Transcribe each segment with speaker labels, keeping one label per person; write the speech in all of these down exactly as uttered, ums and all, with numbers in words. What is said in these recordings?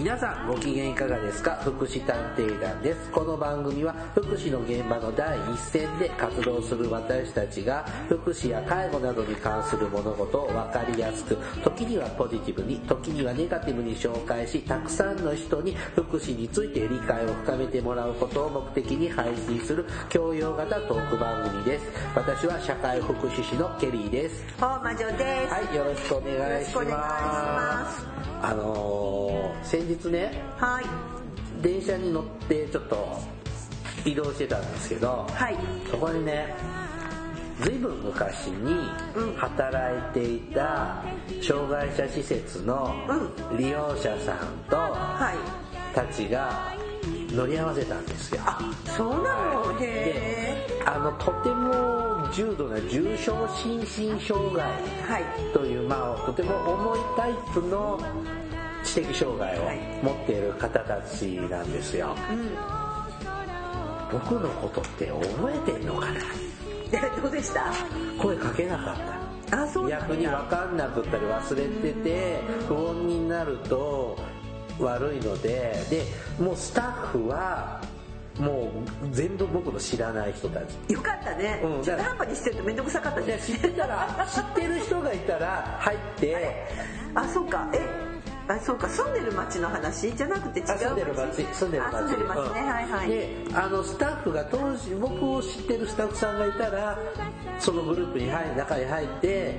Speaker 1: 皆さんご機嫌いかがですか？福祉探偵団です。この番組は福祉の現場の第一線で活動する私たちが福祉や介護などに関する物事を分かりやすく、時にはポジティブに、時にはネガティブに紹介し、たくさんの人に福祉について理解を深めてもらうことを目的に配信する教養型トーク番組です。私は社会福祉士のケリーです。
Speaker 2: 大魔女です。
Speaker 1: はい、よろしくお願いします。あのー、先日ね、
Speaker 2: はい、
Speaker 1: 電車に乗ってちょっと移動してたんですけど、
Speaker 2: はい、
Speaker 1: そこにね、ずいぶん昔に働いていた障害者施設の利用者さんとたちが乗り合わせたんですよ。
Speaker 2: あ、そうなの？へ
Speaker 1: ー。で、あのとても重度な重症心身障害という、はい、まあとても重いタイプの知的障害を持っている方たちなんですよ。うん、僕のことって覚えてんのかな？
Speaker 2: どうでした？
Speaker 1: 声かけなかった。あ、そうなんだ。逆に分かんなくったり忘れてて、不穏になると悪いので、でもうスタッフはもう全部僕の知らない人たち。よ
Speaker 2: かったね。うん、中途半端にしてるとめんどくさかったじゃん。
Speaker 1: 知ってたら知ってる人がいたら入って
Speaker 2: あ、そうか。え、あ、そうか、住んでる町の話じゃなくて違う町。
Speaker 1: 住んでる町、住んでる町。
Speaker 2: 住んでる町ね、うん、はいはい。
Speaker 1: で、あのスタッフが当時僕を知ってるスタッフさんがいたら、そのグループに入中に入って、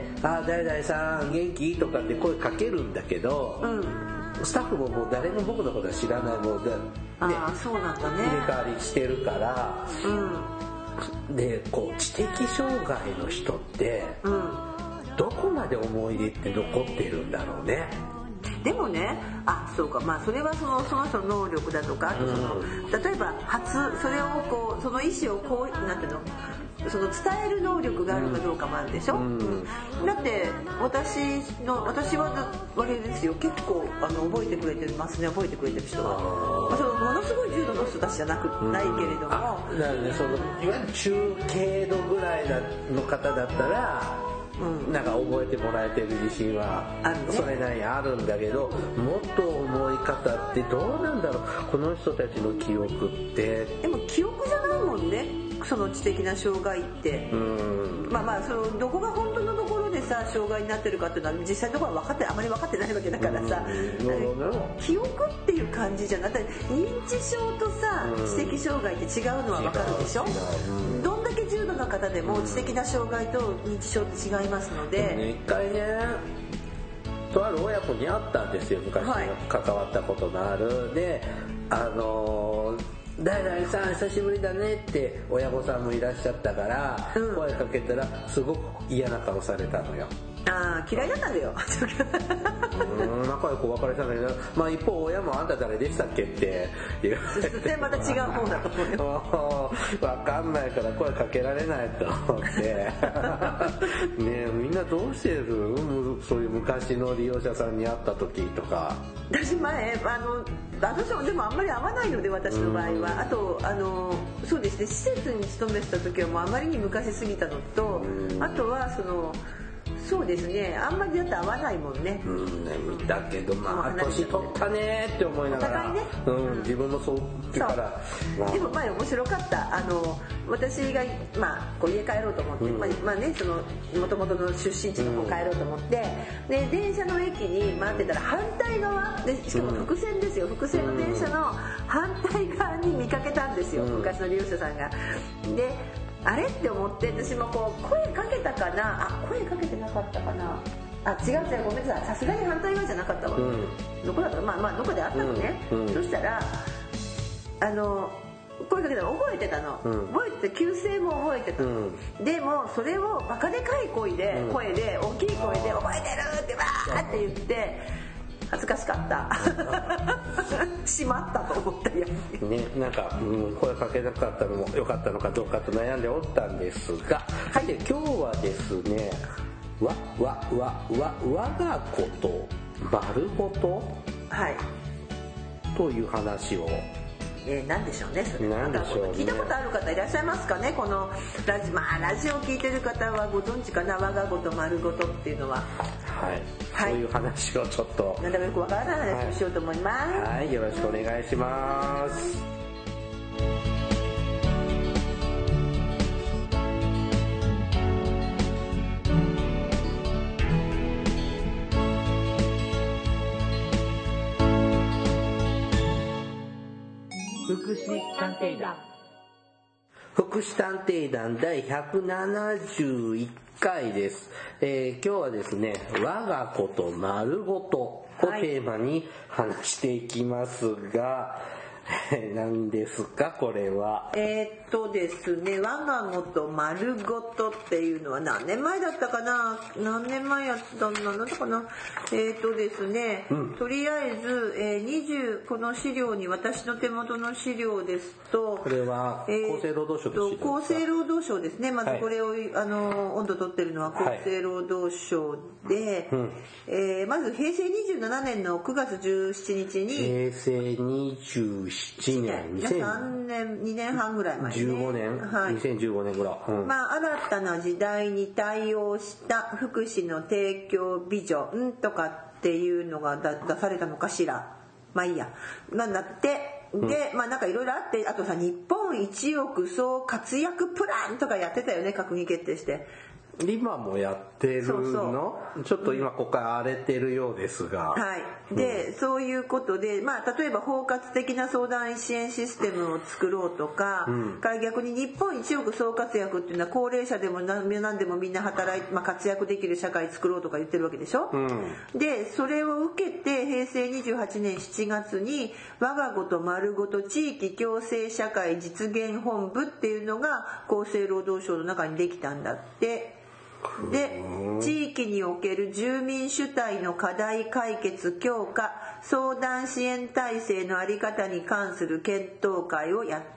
Speaker 1: あ、誰々さん元気とかって声かけるんだけど、うん、スタッフももう誰も僕のことは知らないもんで、ね、
Speaker 2: あ、そうなんだね。
Speaker 1: 入れ替わりしてるから、うん、でこう知的障害の人って、うん、どこまで思い出って残ってるんだろうね。
Speaker 2: でもね、あ、そうか、まあそれはそのその人の能力だとか、あとその、うん、例えば発それをこうその意思をこうなんていうの、その伝える能力があるかどうかもあるでしょ。うんうん、だって私の私はあれですよ、結構あの覚えてくれてますね、覚えてくれてる人は。まあ、そのものすごい重度の人たちじゃなく、うん、ないけれども、あ、
Speaker 1: なるね、そのいわゆる中軽度ぐらいの方だったら。うん、なんか覚えてもらえてる自信はそれなりにあるんだけど、もっと重い方ってどうなんだろう、この人たちの記憶って。
Speaker 2: でも記憶じゃないもんね、その知的な障害って。うん、まあまあそのどこが本当のところでさ障害になってるかっていうのは実際のところは分かってあまり分かってないわけだからさ、うん、記憶っていう感じじゃなくて、認知症とさ、うん、知的障害って違うのは分かるでしょ。うん、どんだけ重度な方でも知的な障害と認知症って違いますので、
Speaker 1: うん、一回ね、とある親子に会ったんですよ、昔関わったことのある、はい、で、あのー誰々さん久しぶりだねって親御さんもいらっしゃったから、うん、声かけたらすごく嫌な顔されたのよ。
Speaker 2: ああ、嫌いだったんだよ。
Speaker 1: うん、仲良く別れたんだけど、まあ一方親もあんた誰でしたっけって言われて、
Speaker 2: それまた違う方だと思うよ。
Speaker 1: 分かんないから声かけられないと思ってねえ、みんなどうしてる？そういう昔の利用者さんに会った時とか。
Speaker 2: 私前あの私もでもあんまり会わないので、私の場合は。あとあのそうですね、施設に勤めてた時はもうあまりに昔すぎたのと、あとはそのそうですね、あんまりだって合わないもんね。
Speaker 1: うん、だけどまあ年取ったねって思いながら、ね、うん、自分もそうってから、
Speaker 2: まあ、でも前面白かった。あの私がまあこう家帰ろうと思って、うん、まあ、まあね、その元々の出身地の方帰ろうと思って、うん、で電車の駅に待ってたら反対側で、しかも伏線ですよ、伏線の電車の反対側に見かけたんですよ、うん、昔の利用者さんが。であれって思って、私もこう声かけたかな、あ、声かけてなかったかな、あ、違う違う、ごめんなさい、さすがに反対側じゃなかったわ、うん、どこだったか、まあまあどこであったのね、うんうん、そしたらあの声かけたの覚えてたの、うん、覚えてて、旧姓も覚えてた、うん、でもそれをバカでかい声で、うん、声で大きい声で覚えてるってわーって言って恥ずかしかったしまったと思ったよ
Speaker 1: ね。なんか、うん、声かけなかったのも良かったのかどうかと悩んでおったんですが、はい、で今日はですね、わわわわ我がこと丸ごと、
Speaker 2: はい、
Speaker 1: という話を。
Speaker 2: えー、何でしょうね、それ。なんでしょうね。聞いたことある方いらっしゃいますかね、このラジ、まあ、ラジオを聞いてる方はご存知かな、我がごと丸ごとっていうのは。
Speaker 1: はい、
Speaker 2: はい、
Speaker 1: そういう話をちょっと
Speaker 2: なんだかよくわからない話をしようと思います。
Speaker 1: はい、はい、よろしくお願いします。
Speaker 2: 福祉探偵団
Speaker 1: 福祉探偵団第ひゃくななじゅういっかいです、えー、今日はですね我がこと丸ごとをテーマに話していきますが、はい、何ですかこれは。
Speaker 2: えー、っとですね我がこと丸ごとっていうのは何年前だったかな何年前やったんだったかなえー、っとですね、うん、とりあえず、えー、にじゅうこの資料に私の手元の資料ですと
Speaker 1: これは厚生労働省の資料ですか。
Speaker 2: 厚生労働省ですね。まずこれを、はい、あの温度取ってるのは厚生労働省で、はい、うんえー、まず平成にじゅうななねんのくがつじゅうしちにちに
Speaker 1: 平成にじゅうななねん
Speaker 2: さんねんにねんはんぐらい前ね
Speaker 1: じゅうごねん、はい、にせんじゅうごねんぐらい、うん、
Speaker 2: まあ新たな時代に対応した福祉の提供ビジョンとかっていうのが出されたのかしら。まあいいやなんだってで、まあなんかいろいろあって、あとさ日本一億総活躍プランとかやってたよね、閣議決定して。
Speaker 1: 今もやってるの？そうそうちょっと今ここから荒れてるようですが、
Speaker 2: はい、で、うん、そういうことで、まあ、例えば包括的な相談支援システムを作ろうとか、うん、から逆に日本一億総活躍っていうのは高齢者でも何でもみんな働いて、まあ、活躍できる社会作ろうとか言ってるわけでしょ、うん、でそれを受けて平成にじゅうはちねんしちがつに我がごと丸ごと地域共生社会実現本部っていうのが厚生労働省の中にできたんだって。で地域における住民主体の課題解決強化相談支援体制の在り方に関する検討会をやって、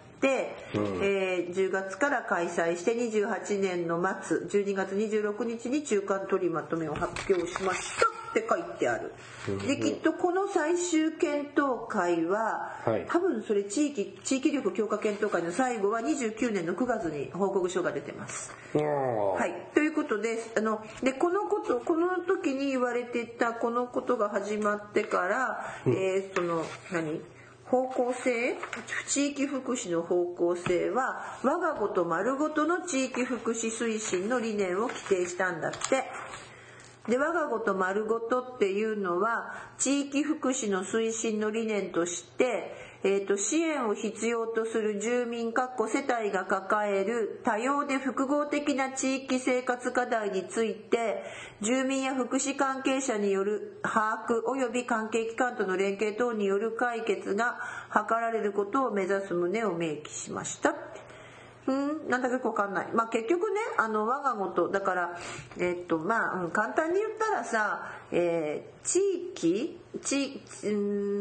Speaker 2: うんえー、じゅうがつから開催してにじゅうはちねんの末じゅうにがつにじゅうろくにちに中間取りまとめを発表しましたって書いてある。できっとこの最終検討会は、はい、多分それ地域地域力強化検討会の最後はにじゅうきゅうねんのくがつに報告書が出てます。はい、ということであのでこのことこの時に言われてたこのことが始まってから、うん、えー、その何方向性地域福祉の方向性は我がごと丸ごとの地域福祉推進の理念を規定したんだって。で我がごと丸ごとっていうのは地域福祉の推進の理念として、えー、と支援を必要とする住民かっこ世帯が抱える多様で複合的な地域生活課題について住民や福祉関係者による把握及び関係機関との連携等による解決が図られることを目指す旨を明記しました。うん、なんだかよくわかんない。まあ結局ね、あの我がごとだから、えっとまあ、うん、簡単に言ったらさ、えー、地域地、うん、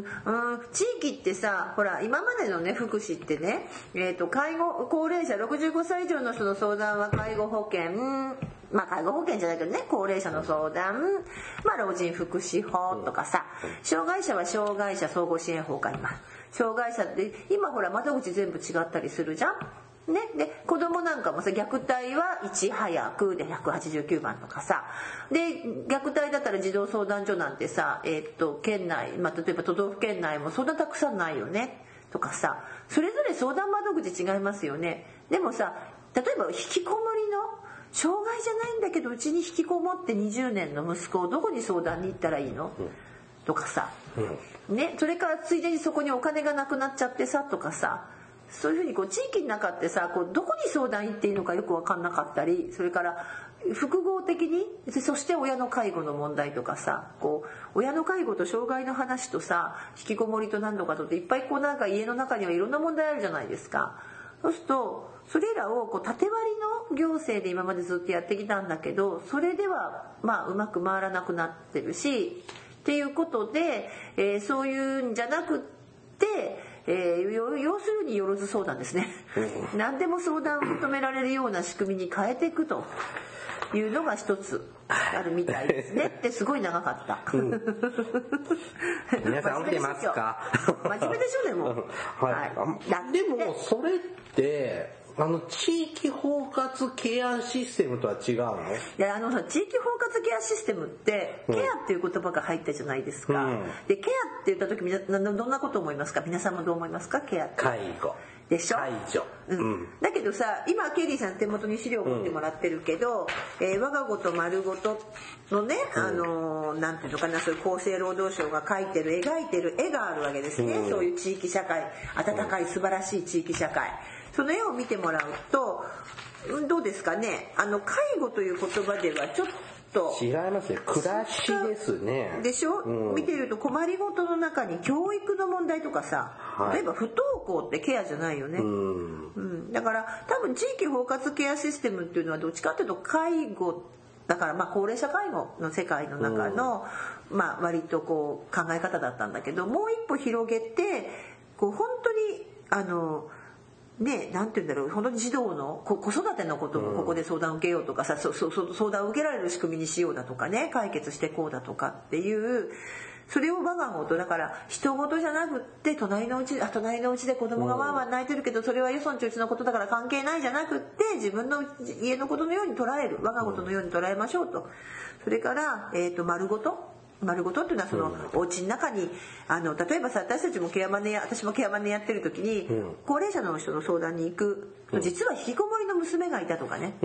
Speaker 2: 地域ってさ、ほら今までのね福祉ってね、えっと介護高齢者ろくじゅうごさい以上の人の相談は介護保険。まあ介護保険じゃないけどね高齢者の相談、まあ老人福祉法とかさ、障害者は障害者総合支援法か今。障害者って今ほら窓口全部違ったりするじゃん。ね、で子供なんかもさ虐待はいち早くでひゃくはちじゅうきゅうばんとかさで虐待だったら児童相談所なんてさ、えー、っと県内、まあ、例えば都道府県内もそんなたくさんないよねとかさそれぞれ相談窓口違いますよね。でもさ例えば引きこもりの障害じゃないんだけどうちに引きこもってにじゅうねんの息子をどこに相談に行ったらいいの、うん、とかさ、うんね、それからついでにそこにお金がなくなっちゃってさとかさそういうふうにこう地域の中ってさこうどこに相談行っていいのかよく分かんなかったりそれから複合的にそして親の介護の問題とかさこう親の介護と障害の話とさ引きこもりと何とかとっていっぱいこうなんか家の中にはいろんな問題あるじゃないですか。そうするとそれらをこう縦割りの行政で今までずっとやってきたんだけどそれではまあうまく回らなくなってるしっていうことで、えー、そういうんじゃなくってえー、要するによろず相談ですね、うん、何でも相談を求められるような仕組みに変えていくというのが一つあるみたいですねってすごい長かった、うん、
Speaker 1: 皆さん起きてますか
Speaker 2: 真面目でしょでも、
Speaker 1: はいはい、でもそれってあの地域包括ケアシステムとは違うの？
Speaker 2: いやあの地域包括ケアシステムって、うん、ケアっていう言葉が入ったじゃないですか、うん、でケアって言った時みなどんなこと思いますか？皆さんもどう思いますか？ケアって
Speaker 1: 介護
Speaker 2: でしょ？
Speaker 1: 介助、
Speaker 2: うんうん、だけどさ今ケリーさん手元に資料を持ってもらってるけど、うんえー、我がごと丸ごとのね、うん、あのー、なんていうのかなそういう厚生労働省が描いてる描いてる絵があるわけですね、うん、そういう地域社会温かい素晴らしい地域社会その絵を見てもらうとどうですかねあの介護という言葉ではちょっと
Speaker 1: 違いますね暮らしですね
Speaker 2: でしょ、うん、見てると困りごとの中に教育の問題とかさ、はい、例えば不登校ってケアじゃないよね、うんうん、だから多分地域包括ケアシステムっていうのはどっちかっていうと介護だからまあ高齢者介護の世界の中の、うんまあ、割とこう考え方だったんだけどもう一歩広げてこう本当にあのね、なんて言うんだろう本当に児童の子育てのこともここで相談を受けようとかさ、うん、そそそ相談を受けられる仕組みにしようだとかね解決してこうだとかっていうそれを我が事だから人事じゃなくって隣のうちあ隣のうちで子供がワンワン泣いてるけどそれはよそんちょうちのことだから関係ないじゃなくって自分の家のことのように捉える我が事のように捉えましょうとそれから、えーと、丸ごと丸ごとっていうのはそのお家の中にあの例えばさ私たちもケアマネや私もケアマネやってる時に、うん、高齢者の人の相談に行く、うん、実は引きこもりの娘がいたとかね、
Speaker 1: うん、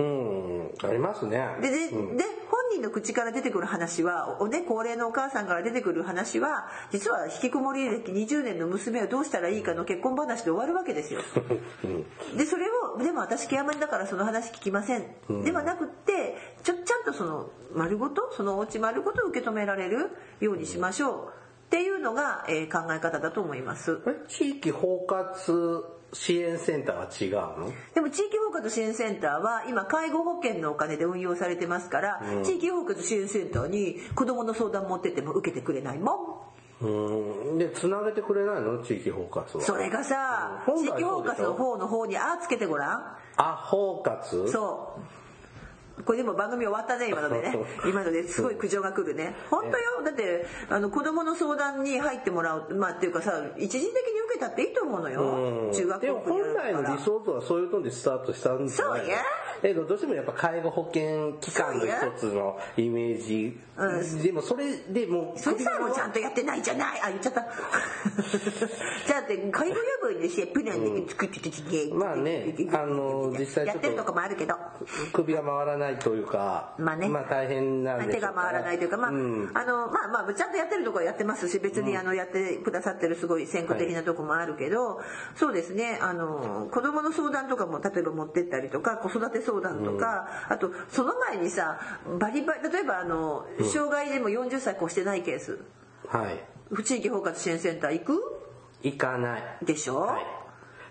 Speaker 1: ありますね
Speaker 2: で で,、うん、で本人の口から出てくる話はお、ね、高齢のお母さんから出てくる話は実は引きこもり歴にじゅうねんの娘をどうしたらいいかの結婚話で終わるわけですよでそれをでも私ケアマネだからその話聞きません、うん、ではなくってちょちゃんとその丸ごとそのお家丸ごと受け止められるようにしましょうっていうのが、えー、考え方だと思います。
Speaker 1: 地域包括支援センターは違うの？
Speaker 2: でも地域包括支援センターは今介護保険のお金で運用されてますから、うん、地域包括支援センターに子どもの相談持ってっても受けてくれないもん。
Speaker 1: うんで繋げてくれないの地域包括は？そ
Speaker 2: れがさ、うん、地域包括の方の方にあつけてごらん。
Speaker 1: あ包括？
Speaker 2: そうこれでも番組終わったね今のでね今のですごい苦情が来るね本当よだってあの子供の相談に入ってもらうまあっていうかさ一時的に受けたっていいと思うのよ中学校
Speaker 1: でも本来の理想とはそういうのでスタートしたんですよね。そうやえどうしてもやっぱ介護保険機関の一つのイメージ、うん、でもそれでも
Speaker 2: それさえもちゃんとやってないじゃないあ言っちゃったじゃあって介護予防にしてプランで作っててきて、
Speaker 1: うん、まあねあの実際ちょっと
Speaker 2: やってるとこもあるけど
Speaker 1: 首が回らないというかまあねまあ大変なんで
Speaker 2: 手が回らないというかまあ、うん、あのまあまあちゃんとやってるところはやってますし別にあのやってくださってるすごい先駆的なとこもあるけど、はい、そうですねあの子供の相談とかも例えば持ってったりとか子育て相談とか、うん、あとその前にさバリバリ例えばあの障害でもよんじゅっさい越してないケース、はい地域包括支援センター行く？
Speaker 1: 行かない
Speaker 2: でしょ、はい、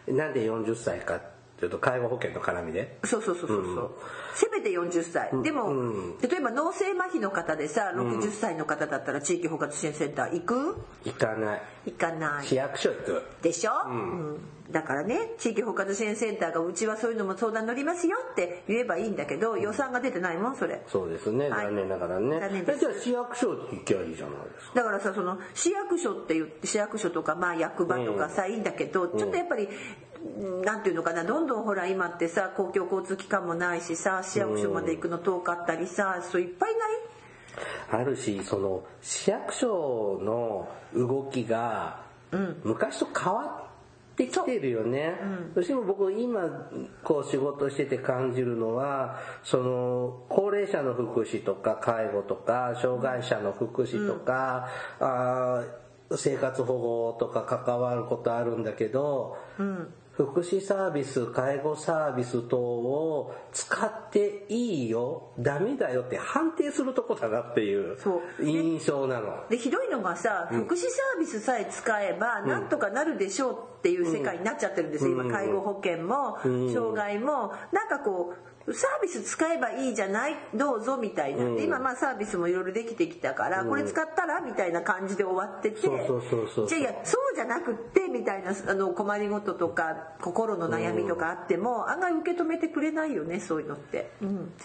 Speaker 1: なんでよんじゅっさいかちょっと介護保険の絡みで
Speaker 2: そうそうそうそう、うん、せめてよんじゅっさい、うん、でも、うん、例えば脳性麻痺の方でさろくじゅっさいの方だったら地域包括支援センター行く？
Speaker 1: 行かない
Speaker 2: 行かない
Speaker 1: 市役所行く
Speaker 2: でしょ、うんうん、だからね地域包括支援センターがうちはそういうのも相談乗りますよって言えばいいんだけど予算が出てないもんそれ
Speaker 1: そうですね、はい、残念ながらね残念ですじゃあ市役所行きゃいいじゃないですか
Speaker 2: だからさその市役所って言って市役所とかまあ役場とかさ、うん、いいんだけどちょっとやっぱりなんていうのかなどんどんほら今ってさ公共交通機関もないしさ市役所まで行くの遠かったりさそういっぱいない
Speaker 1: あるしその市役所の動きが昔と変わってきてるよね、うん、どうしても僕今こう仕事してて感じるのはその高齢者の福祉とか介護とか障害者の福祉とか、うん、あ生活保護とか関わることあるんだけど、うん福祉サービス介護サービス等を使っていいよダメだよって判定するとこだなっていう印象なの
Speaker 2: で, でひどいのがさ、うん、福祉サービスさえ使えばなんとかなるでしょうっていう世界になっちゃってるんですよ、うん、今介護保険も、うん、障害もなんかこうサービス使えばいいじゃないどうぞみたいな、うん、今まあサービスもいろいろできてきたから、うん、これ使ったらみたいな感じで終わっててじゃあいやそうじゃなくってみたいなあの困りごととか心の悩みとかあっても、うん、案外受け止めてくれないよねそういうのって、うん、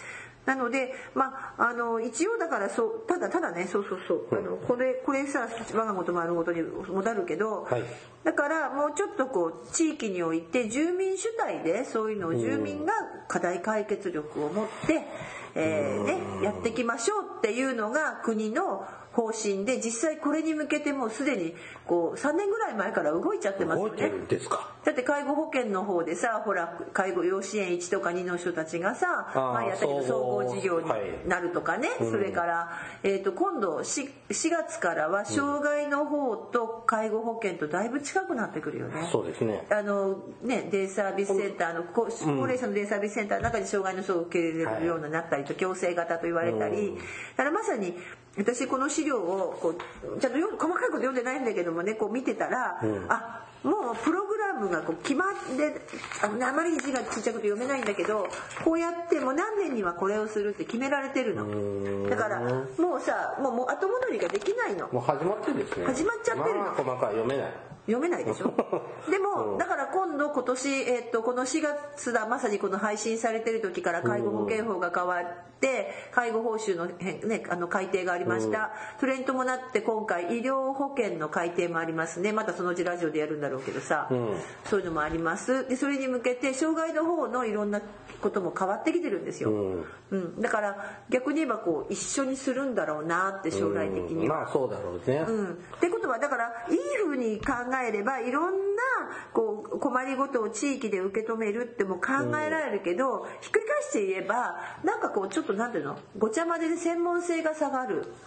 Speaker 2: なので、まあ、あの一応だからそうただただねそうそうそう、うん、あのこれこれさ我がこと丸ごとに戻るけど、はい、だからもうちょっとこう地域において住民主体でそういうのを住民が課題解決力を持って、えーね、やっていきましょうっていうのが国の方針で、実際これに向けてもうすでにこうさんねんぐらい前から動いちゃってますよね。
Speaker 1: 動いてるんですか。
Speaker 2: だって介護保険の方でさ、ほら介護養子縁いちとかにの人たちがさ、前やったけど総合事業になるとかね、はい、それから、えー、と今度 しがつからは障害の方と介護保険とだいぶ近くなってくるよね。
Speaker 1: そうですね。
Speaker 2: あのねデイサービスセンターの高齢者のデイサービスセンターの中に障害の人を受け入れるようになったりと、共生型と言われたり、だからまさに私この資料をこうちゃんとよ細かいこと読んでないんだけどもね、こう見てたら、うん、あもうプログラムがこう決まってあのあまり字がちっちゃくて読めないんだけど、こうやってもう何年にはこれをするって決められてるの。だからもうさもうもう後戻りができないの。
Speaker 1: もう始まってるんですね。
Speaker 2: 始まっちゃってるの。
Speaker 1: まあ細かい読めない。
Speaker 2: 読めないでしょでも、うん、だから今度今年、えー、っとこのしがつだ、まさにこの配信されてる時から介護保険法が変わって介護報酬の、ね、あの改定がありました、うん、それに伴って今回医療保険の改定もありますね。またそのうちラジオでやるんだろうけどさ、うん、そういうのもあります。でそれに向けて障害の方のいろんなことも変わってきてるんですよ、うんうん、だから逆に言えばこう一緒にするんだろうなって将来的には、
Speaker 1: うん、まあそうだろうね、
Speaker 2: うん、ってことはだからいい風に考えればいろんなこう困りごとを地域で受け止めるっても考えられるけど、うん、ひっくり返して言えばなんかこうちょっとなんていうのごちゃ混ぜで専門性が下がる、うん、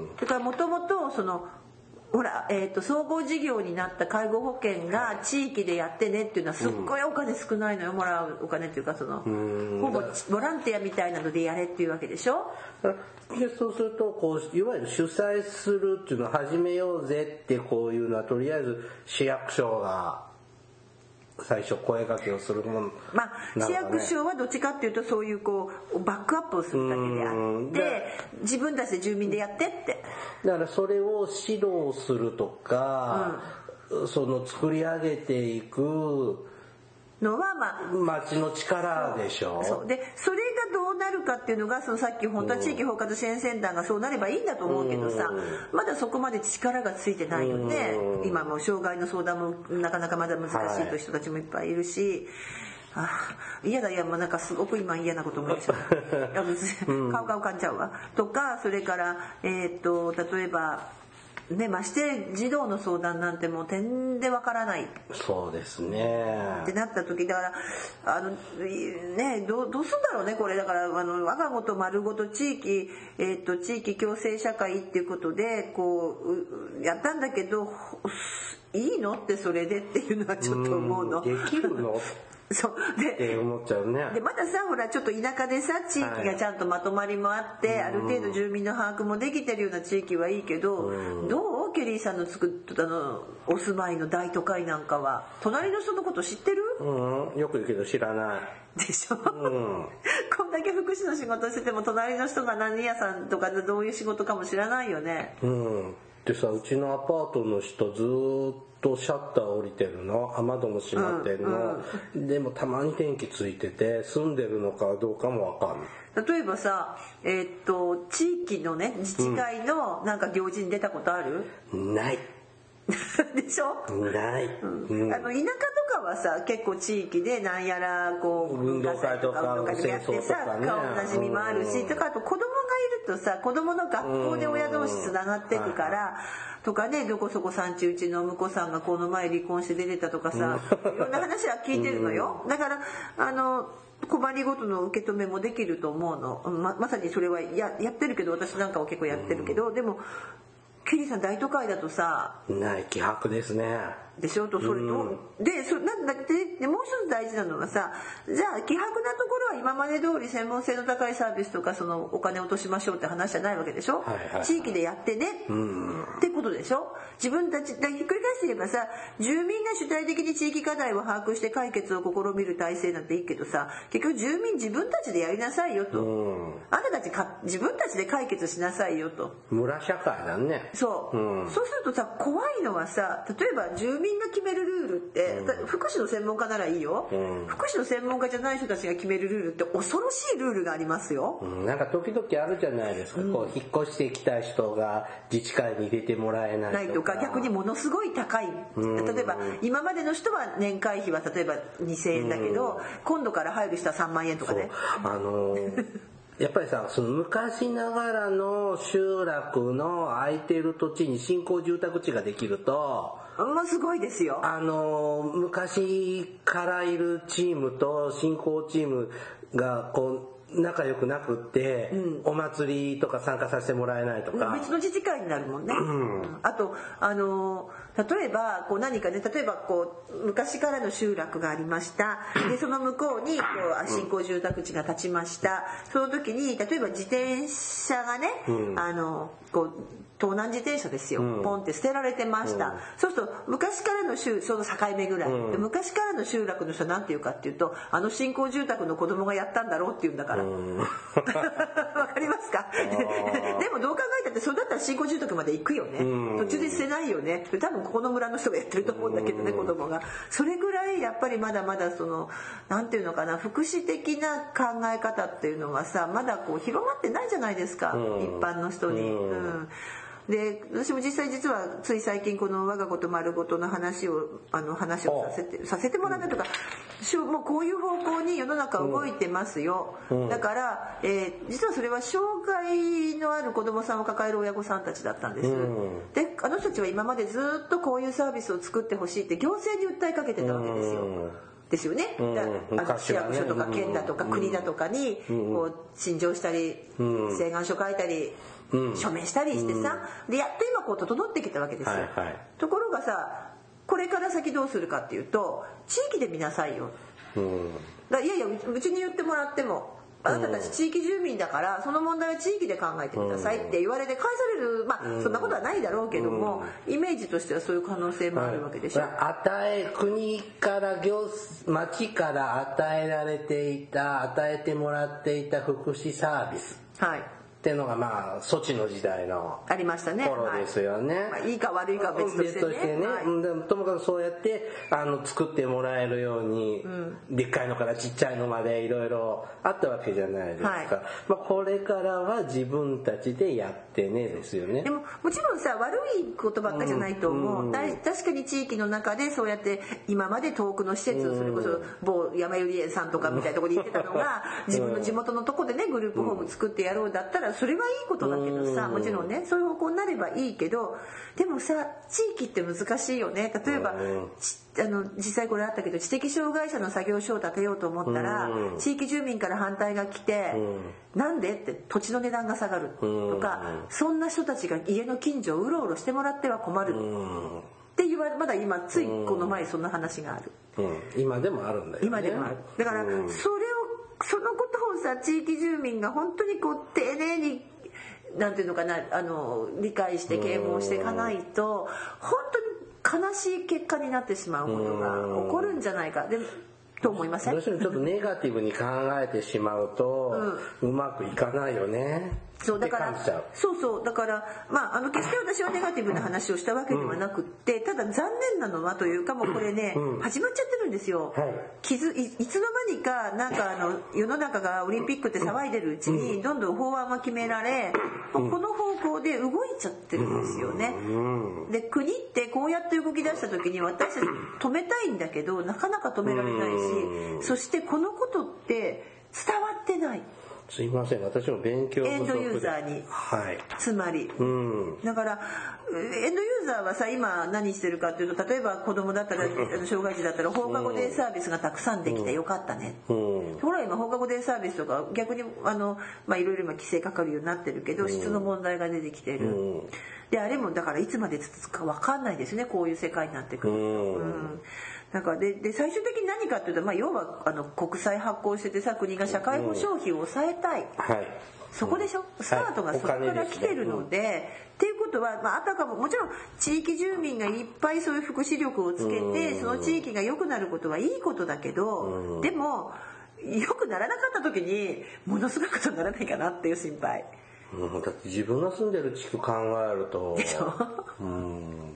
Speaker 2: だからもともとそのほら、えー、と総合事業になった介護保険が地域でやってねっていうのはすっごいお金少ないのよ、もらうお金っていうかそのほぼボランティアみたいなのでやれっていうわけでしょ。
Speaker 1: でそうするとこういわゆる主催するっていうのを始めようぜってこういうのはとりあえず市役所が最初声掛けをするもの、
Speaker 2: まあ、市役所はどっちかっていうとそういうこうバックアップをするだけであって自分たちで住民でやってって
Speaker 1: だからそれを指導するとか、うん、その作り上げていく
Speaker 2: のはまあ
Speaker 1: 町の力でしょ。
Speaker 2: そうでそれがどうなるかっていうのがそのさっき本当は地域包括支援センターがそうなればいいんだと思うけどさ、まだそこまで力がついてないよね。今も障害の相談もなかなかまだ難しいという人たちもいっぱいいるし、あ嫌だいやもうなんかすごく今嫌なこと思いましたいや別に顔が浮かんじゃうわとか、それからえっと例えばね、まして児童の相談なんてもう点でわからない。
Speaker 1: そうですね。
Speaker 2: ってなった時だからあのねどうどうすんだろうねこれだからあの我がごと丸ごと地域えっと地域共生社会っていうことでこうやったんだけどいいのってそれでっていうのはちょっと思うの。
Speaker 1: できるの？そうでって思っちゃうね。
Speaker 2: でまださほらちょっと田舎でさ地域がちゃんとまとまりもあって、はい、ある程度住民の把握もできてるような地域はいいけど、うん、どうケリーさんの作ったのお住まいの大都会なんかは隣の人のこと知ってる？
Speaker 1: うん、よく言うけど知らない
Speaker 2: でしょ、うん、こんだけ福祉の仕事してても隣の人が何屋さんとかでどういう仕事かも知らないよね。
Speaker 1: うんでさうちのアパートの人ずーっとシャッター降りてるの雨戸も閉まってるの、うんうん、でもたまに電気ついてて住んでるのかどうかもわかんない。
Speaker 2: 例えばさ、えー、っと地域のね自治会のなんか行事に出たことある？
Speaker 1: うん、ない
Speaker 2: でしょ？
Speaker 1: ない、
Speaker 2: うん、あの田舎とかはさ結構地域でなんやらこう
Speaker 1: 運動会とか
Speaker 2: 運動会とかやってさ、ね、顔なじみもあるし、うん、とかあと子供がいるとさ子供の学校で親同士つながっていくから、うん、とかねどこそこさんちうちの婿さんがこの前離婚して出てたとかさ、うん、いろんな話は聞いてるのよ、うん、だからあの困りごとの受け止めもできると思うの ま, まさにそれは や, やってるけど私なんかは結構やってるけど、うん、でもケリーさん大都会だとさ
Speaker 1: ない希薄ですね
Speaker 2: でしょとそれと、うん、でそなんだってでもう一つ大事なのがさじゃあ希薄なところは今まで通り専門性の高いサービスとかそのお金を落としましょうって話じゃないわけでしょ、はいはい、地域でやってね、うん、ってことでしょ。自分たちだひっくり返して言えばさ住民が主体的に地域課題を把握して解決を試みる体制なんていいけどさ結局住民自分たちでやりなさいよと、うん、あなたたちか自分たちで解決しなさいよと
Speaker 1: 村社会だね。
Speaker 2: そう、うん、そうするとさ怖いのはさ例えば住民民が決めるルールって、うん、福祉の専門家ならいいよ、うん、福祉の専門家じゃない人たちが決めるルールって恐ろしいルールがありますよ、
Speaker 1: うん、なんか時々あるじゃないですか、うん、こう引っ越してきた人が自治会に入れてもらえないとか、
Speaker 2: ないとか逆にものすごい高い、うん、例えば今までの人は年会費は例えばにせんえんだけど、うん、今度から入る人はさんまんえんとかね。
Speaker 1: あのーやっぱりさ、その昔ながらの集落の空いてる土地に新興住宅地ができると、
Speaker 2: もうすごいですよ。
Speaker 1: あの昔からいるチームと新興チームがこう仲良くなくって、うん、お祭りとか参加させてもらえないとか、
Speaker 2: 別の自治会になるもんね、うん、あとあの例えばこう何かね、例えばこう昔からの集落がありました。でその向こうにこう新興住宅地が建ちました。その時に例えば自転車がね、うん、あのこう盗難自転車ですよ、うん、ポンって捨てられてました、うん、そうすると昔からの集その境目ぐらい、うん、で昔からの集落の人は何て言うかっていうと、あの新興住宅の子供がやったんだろうって言うんだから、わ、うん、かりますかでもどう考えたってそれだったら新興住宅まで行くよね、うん、途中で捨てないよね。多分ここの村の人がやってると思うんだけどね、子供が。それぐらいやっぱりまだまだそのなんていうのかな、福祉的な考え方っていうのはさ、まだこう広まってないじゃないですか、うん、一般の人に、うんうんで私も実際実はつい最近この我がこと丸ごとの話をあの話をさせてさせてもらったとか、もうこういう方向に世の中動いてますよ、うん、だから、えー、実はそれは障害のある子どもさんを抱える親御さんたちだったんです、うん、であの人たちは今までずっとこういうサービスを作ってほしいって行政に訴えかけてたわけですよ、うんですよね、うん、あの市役所とか県だとか国だとかにこう陳情したり、うん、請願書書いたり、うん、署名したりしてさ、うん、でやっと今こう整ってきたわけですよ、はいはい、ところがさこれから先どうするかっていうと地域で見なさいよ、うん、だいやいやうちに言ってもらってもあなたたち地域住民だからその問題は地域で考えてくださいって言われて返される、まあそんなことはないだろうけども、イメージとしてはそういう可能性もあるわけでしょ、はい、
Speaker 1: 与え国から行町から与えられていた与えてもらっていた福祉サービス、はいっていうのがまあ措置の時代の
Speaker 2: ありましたね。
Speaker 1: 頃ですよね。
Speaker 2: はい、まあ、いいか悪いかは別としてね。別としてね。はい、でもともかくそうやってあの作ってもらえるように、うん、でっかいのからちっちゃいのまでいろいろあったわけじゃないですか。はい、まあこれからは自分たちでやってねですよね。でももちろんさ悪いことばっかじゃないと思う。うんうん、確かに地域の中でそうやって今まで遠くの施設、うん、それこそ某山百合園さんとかみたいなところに行ってたのが、うん、自分の地元のとこでねグループホーム作ってやろうだったらそれはいいことだけどさ、もちろんねそういう方向になればいいけど、でもさ地域って難しいよね。例えばあの実際これあったけど知的障害者の作業所を建てようと思ったら地域住民から反対が来てなんでって土地の値段が下がるとか、そんな人たちが家の近所をうろうろしてもらっては困るって言われ、まだ今ついこの前そんな話がある、
Speaker 1: うん、今でもあるんだよね。
Speaker 2: 今でもある。だからそれをそのことをさ地域住民が本当にこう丁寧になんていうのかなあの理解して啓蒙していかないと本当に悲しい結果になってしまうことが起こるんじゃないかでと思いません？
Speaker 1: どうしてもちょっとネガティブに考えてしまうと、うん、うまくいかないよね。
Speaker 2: そうだからそうそうだからまああの決して私はネガティブな話をしたわけではなくって、うん、ただ残念なのはというかもうこれね、うん、始まっちゃってるんですよ。はい、傷 い, いつの間にかなんかあの世の中がオリンピックって騒いでるうちにどんどん法案は決められ、うん、この方向で動いちゃってるんですよね。うん、で国ってこうやって動き出した時に私たち止めたいんだけどなかなか止められないし、うん、そしてこのことって伝わってない。
Speaker 1: すいません私も勉強不足で
Speaker 2: エンドユーザーに、はい、つまり、うん、だからエンドユーザーはさ今何してるかっていうと例えば子供だったら障害児だったら放課後デイサービスがたくさんできてよかったね、うんうん、ほら今放課後デイサービスとか逆にあのまあいろいろ今規制かかるようになってるけど質の問題が出てきてる、うん、であれもだからいつまで続くか分かんないですねこういう世界になってくると、うんうんなんか で, で最終的に何かっていうと、まあ、要はあの国債発行しててさ国が社会保障費を抑えたい、うんはい、そこでしょ、うん、スタートがそこから来てるので、はい、っていうことは、まあ、あたかももちろん地域住民がいっぱいそういう福祉力をつけて、うん、その地域が良くなることはいいことだけど、うん、でも良くならなかった時にものすごいことにならないかなっていう心配。
Speaker 1: うん、だって自分が住んでる地区考えると、うん、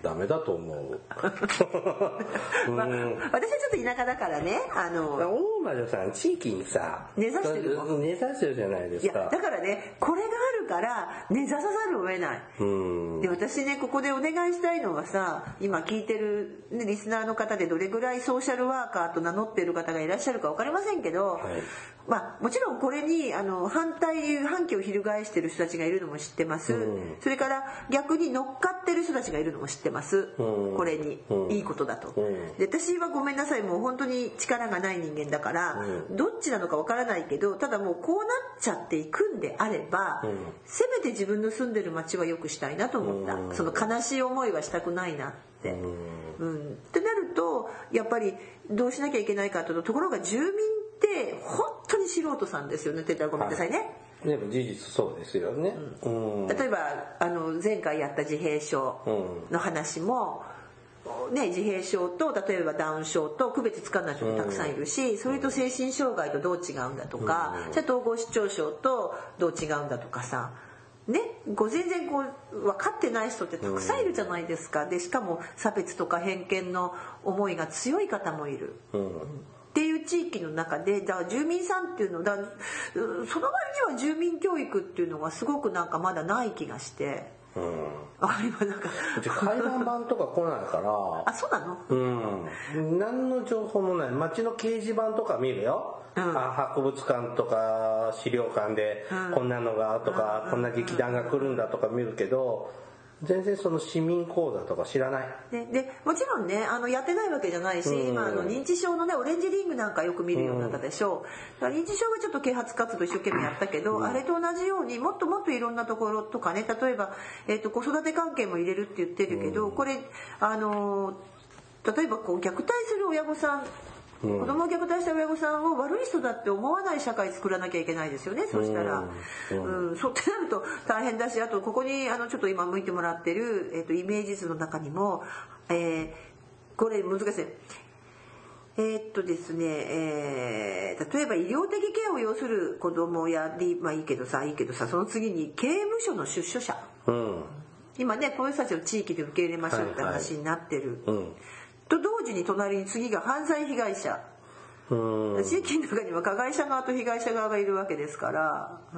Speaker 1: ダメだと思う。
Speaker 2: うんまあ、私はちょっと田舎だからね、あの
Speaker 1: 大魔女さん地域にさ
Speaker 2: 根ざしてる
Speaker 1: の根ざしてるじゃないですか。
Speaker 2: いやだからね、これがあるから根ざさざるを得ない。うんで私ねここでお願いしたいのはさ、今聞いてる、ね、リスナーの方でどれぐらいソーシャルワーカーと名乗っている方がいらっしゃるか分かりませんけど、はい、まあもちろんこれにあの反対反旗を翻してる人たちがいるのも知ってます、うん、それから逆に乗っかってる人たちがいるのも知ってます、うん、これに、うん、いいことだと、うん、で私はごめんなさい、もう本当に力がない人間だから、うん、どっちなのかわからないけど、ただもうこうなっちゃっていくんであれば、うん、せめて自分の住んでる町は良くしたいなと思った、うん、その悲しい思いはしたくないなって、うんうん、ってなるとやっぱりどうしなきゃいけないかというと、ところが住民って本当に素人さんですよねって言ったらごめんなさいね、はい、
Speaker 1: でも事実そうですよね、
Speaker 2: うんうん、例えばあの前回やった自閉症の話も、うんね、自閉症と例えばダウン症と区別つかない人もたくさんいるし、うん、それと精神障害とどう違うんだとか、うん、じゃあ統合失調症とどう違うんだとかさね、こう全然こう分かってない人ってたくさんいるじゃないですか。でしかも差別とか偏見の思いが強い方もいる、うんっていう地域の中で、だから住民さんっていうのだ、その割には住民教育っていうのがすごくなんかまだない気がして、うん、あ今なんか
Speaker 1: 回覧板とか来ないから
Speaker 2: あそうなの、
Speaker 1: うん、何の情報もない。街の掲示板とか見るよ、うん、あ博物館とか資料館でこんなのがとか、うん、こんな劇団が来るんだとか見るけど、全然その市民講座とか知らない、
Speaker 2: ね、でもちろんねあのやってないわけじゃないし、うん、今あの認知症のねオレンジリングなんかよく見るようになったでしょう、うん、だから認知症はちょっと啓発活動一生懸命やったけど、うん、あれと同じようにもっともっといろんなところとかね、例えば、えーと、子育て関係も入れるって言ってるけど、うん、これあの例えばこう虐待する親御さん、うん、子供を虐待した親御さんを悪い人だって思わない社会作らなきゃいけないですよね。そうしたら、うんうん、そうってなると大変だし、あとここにあのちょっと今向いてもらってる、えーと、イメージ図の中にも、えー、これ難しい。えー、っとですね、えー、例えば医療的ケアを要する子供やり、まあいいけどさいいけどさその次に刑務所の出所者、うん、今ねこういう人たちを地域で受け入れましょうって話になってる、はいはい、うんと同時に隣に次が犯罪被害者、うん地域の中には加害者側と被害者側がいるわけですから、うん、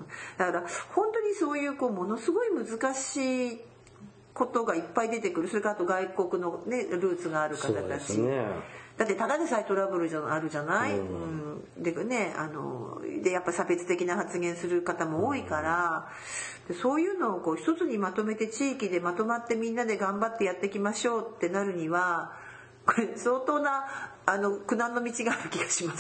Speaker 2: だから本当にそういうこうものすごい難しいことがいっぱい出てくる。それからあと外国の、ね、ルーツがある方たち、ね、だってただでさえトラブルじゃあるじゃない、うんうん、でねあのでやっぱ差別的な発言する方も多いから、うん、そういうのをこう一つにまとめて地域でまとまってみんなで頑張ってやっていきましょうってなるにはこれ相当なあの苦難の道がある気がします。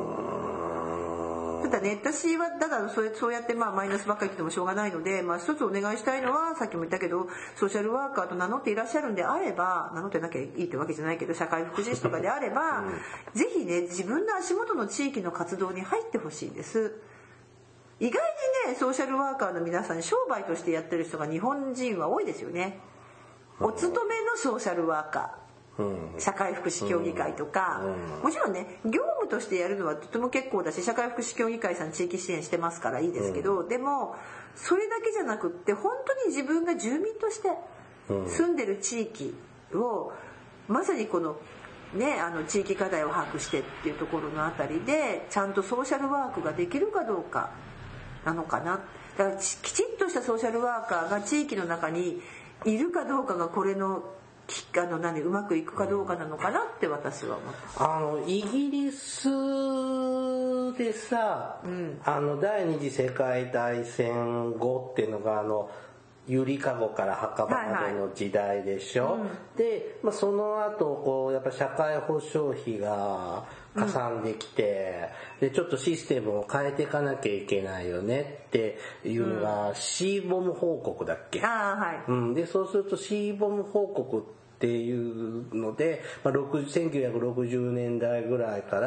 Speaker 2: ただね私はだからそうそうやってまあマイナスばっかり言ってもしょうがないので、まあ、一つお願いしたいのはさっきも言ったけどソーシャルワーカーと名乗っていらっしゃるんであれば、名乗ってなきゃいいってわけじゃないけど社会福祉士とかであれば、うん、ぜひね自分の足元の地域の活動に入ってほしいです。意外にねソーシャルワーカーの皆さん商売としてやってる人が日本人は多いですよね。お勤めのソーシャルワーカー、社会福祉協議会とか、もちろんね業務としてやるのはとても結構だし社会福祉協議会さん地域支援してますからいいですけど、でもそれだけじゃなくって本当に自分が住民として住んでる地域をまさにこのねあの地域課題を把握してっていうところのあたりでちゃんとソーシャルワークができるかどうかなのかな。だからきちっとしたソーシャルワーカーが地域の中にいるかどうかがこれのあの何うまくいくかどうかなのかなって私は思った。
Speaker 1: あのイギリスでさ、うん、あの第二次世界大戦後っていうのがあのゆりかごから墓場までの時代でしょ、はいはい、で、まあ、その後こうやっぱ社会保障費がかさんできて、うん、でちょっとシステムを変えていかなきゃいけないよねっていうのが、うん、シーボム報告だっけ、
Speaker 2: あ、はい、
Speaker 1: うん、でそうするとシーボム報告っっていうので、まあ、せんきゅうひゃくろくじゅうねんだいぐらいから、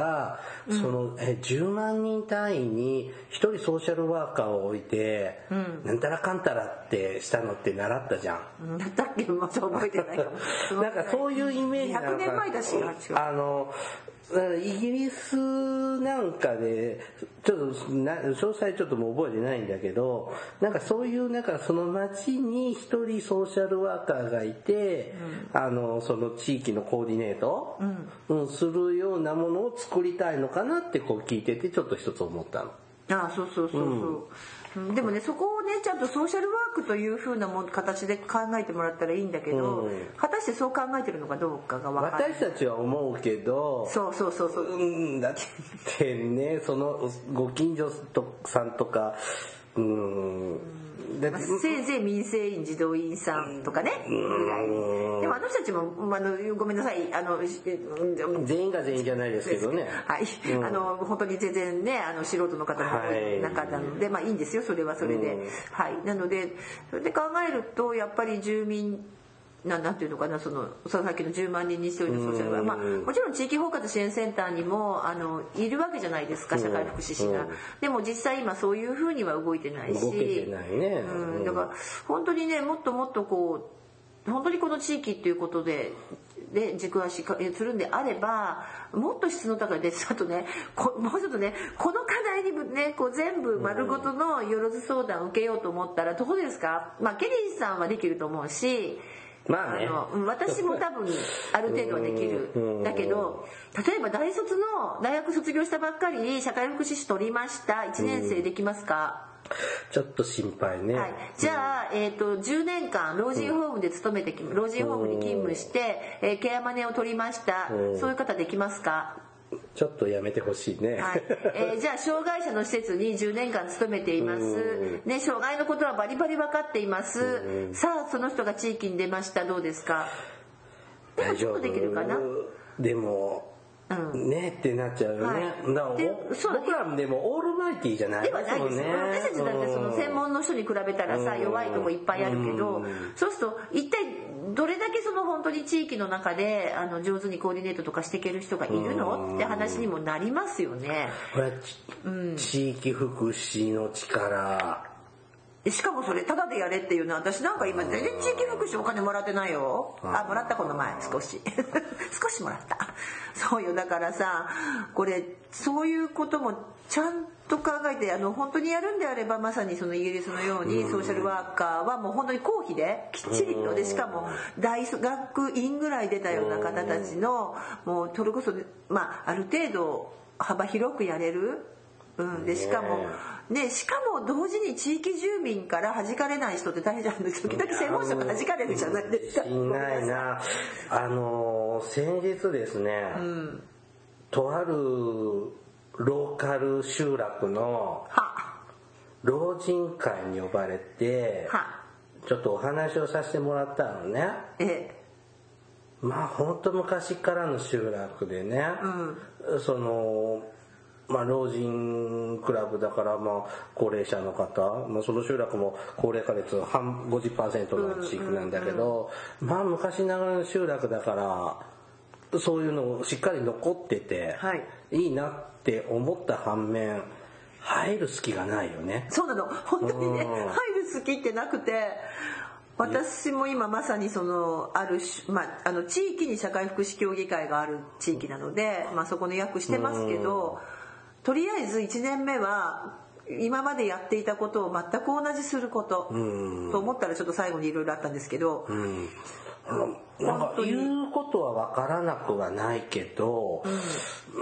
Speaker 1: うん、そのえじゅうまんにん単位にひとりソーシャルワーカーを置いて、うん、なんたらかんたらってしたのって習ったじゃん。
Speaker 2: だったっけ？もう覚えてないかも。
Speaker 1: なんかそういうイメージなんか、
Speaker 2: ひゃくねんまえだし、
Speaker 1: あのイギリスなんかでちょっとな詳細ちょっともう覚えてないんだけど、なんかそういうなんかその町に一人ソーシャルワーカーがいて、うん、あのその地域のコーディネート、うんうん、するようなものを作りたいのかなってこう聞いててちょっと一つ思ったの。
Speaker 2: ああ、そうそうそうそう。うん、でもね、そこをねちゃんとソーシャルワークという風なも形で考えてもらったらいいんだけど、うん、果たしてそう考えてるのかどうかが分からない。
Speaker 1: 私たちは思うけど、
Speaker 2: そうそうそうそう、
Speaker 1: うん、だってね、そのご近所さんとか、うん、うん
Speaker 2: まあ、せいぜい民生委員児童委員さんとかねぐらい。でもあの人たちもあのごめんなさい、あの
Speaker 1: 全員が全員じゃないですけどね。
Speaker 2: はい、うん、あの本当に全然ねあの素人の方も多い中なので、はい、まあいいんですよそれはそれで、うん、はい。なのでそれで考えるとやっぱり住民ななんていうのかな、そのさっきのじゅうまんにんにひとりのソーシャルワーカー、まあ、もちろん地域包括支援センターにもあのいるわけじゃないですか、社会福祉士が。でも実際今そういうふうには動いてないし、
Speaker 1: 動けてないね、
Speaker 2: うん、だから本当にねもっともっとこう本当にこの地域っていうことでで軸足するんであればもっと質の高いでちょっとねこもうちょっとねこの課題にねこう全部丸ごとのよろず相談を受けようと思ったらどこですか。まあケリーさんはできると思うし、まあね、あの私も多分ある程度はできるだけど、例えば大卒の大学卒業したばっかりに社会福祉士取りました、いちねん生できますか。
Speaker 1: ちょっと心配ね、
Speaker 2: はい、じゃあ、えー、とじゅうねんかん老人ホームで勤めて老人ホームに勤務して、えー、ケアマネを取りました、そういう方できますか。
Speaker 1: ちょっとやめてほしいね、
Speaker 2: はい。えー、じゃあ障害者の施設にじゅうねんかん勤めています、ね、障害のことはバリバリ分かっています、さあその人が地域に出ました、どうですか。でもちょっとできるかな。
Speaker 1: でもうん、ねってなっちゃうよね、はい、だから僕らでもオールマイティーじゃない
Speaker 2: ではないですよ、ね、私たちだってその専門の人に比べたらさ弱いとこいっぱいあるけど、そうすると一体どれだけその本当に地域の中であの上手にコーディネートとかしていける人がいるのって話にもなりますよね。
Speaker 1: これ、うん、地域福祉の力、
Speaker 2: しかもそれタダでやれっていうのは私なんか今全然地域福祉お金もらってないよ。あ、もらったこの前少し少しもらった。そうよ、だからさこれそういうこともちゃんと考えてあの本当にやるんであればまさにそのイギリスのようにソーシャルワーカーはもう本当に公費できっちりとでしかも大学院ぐらい出たような方たちのもうそれこそまあある程度幅広くやれる。うん、でしかもね、しかも同時に地域住民から弾かれない人って大変じゃないですか。時々専門職弾かれるじゃないですか。
Speaker 1: いないな。あの先日ですね、うん、とあるローカル集落の老人会に呼ばれてちょっとお話をさせてもらったのね。ええ、まあ本当昔からの集落でね、うん、そのまあ、老人クラブだからまあ高齢者の方、まあ、その集落も高齢化率半 ごじゅっパーセント の地域なんだけど、まあ昔ながらの集落だからそういうのしっかり残ってて、はい、いいなって思った反面入る隙がないよね。
Speaker 2: そうなの本当にね、入る隙ってなくて、私も今まさにそのある、まあ、あの地域に社会福祉協議会がある地域なので、まあ、そこの役してますけど、とりあえずいちねんめは今までやっていたことを全く同じすることと思ったらちょっと最後にいろいろあったんですけど、うん、
Speaker 1: なんか言うことは分からなくはないけど、うん、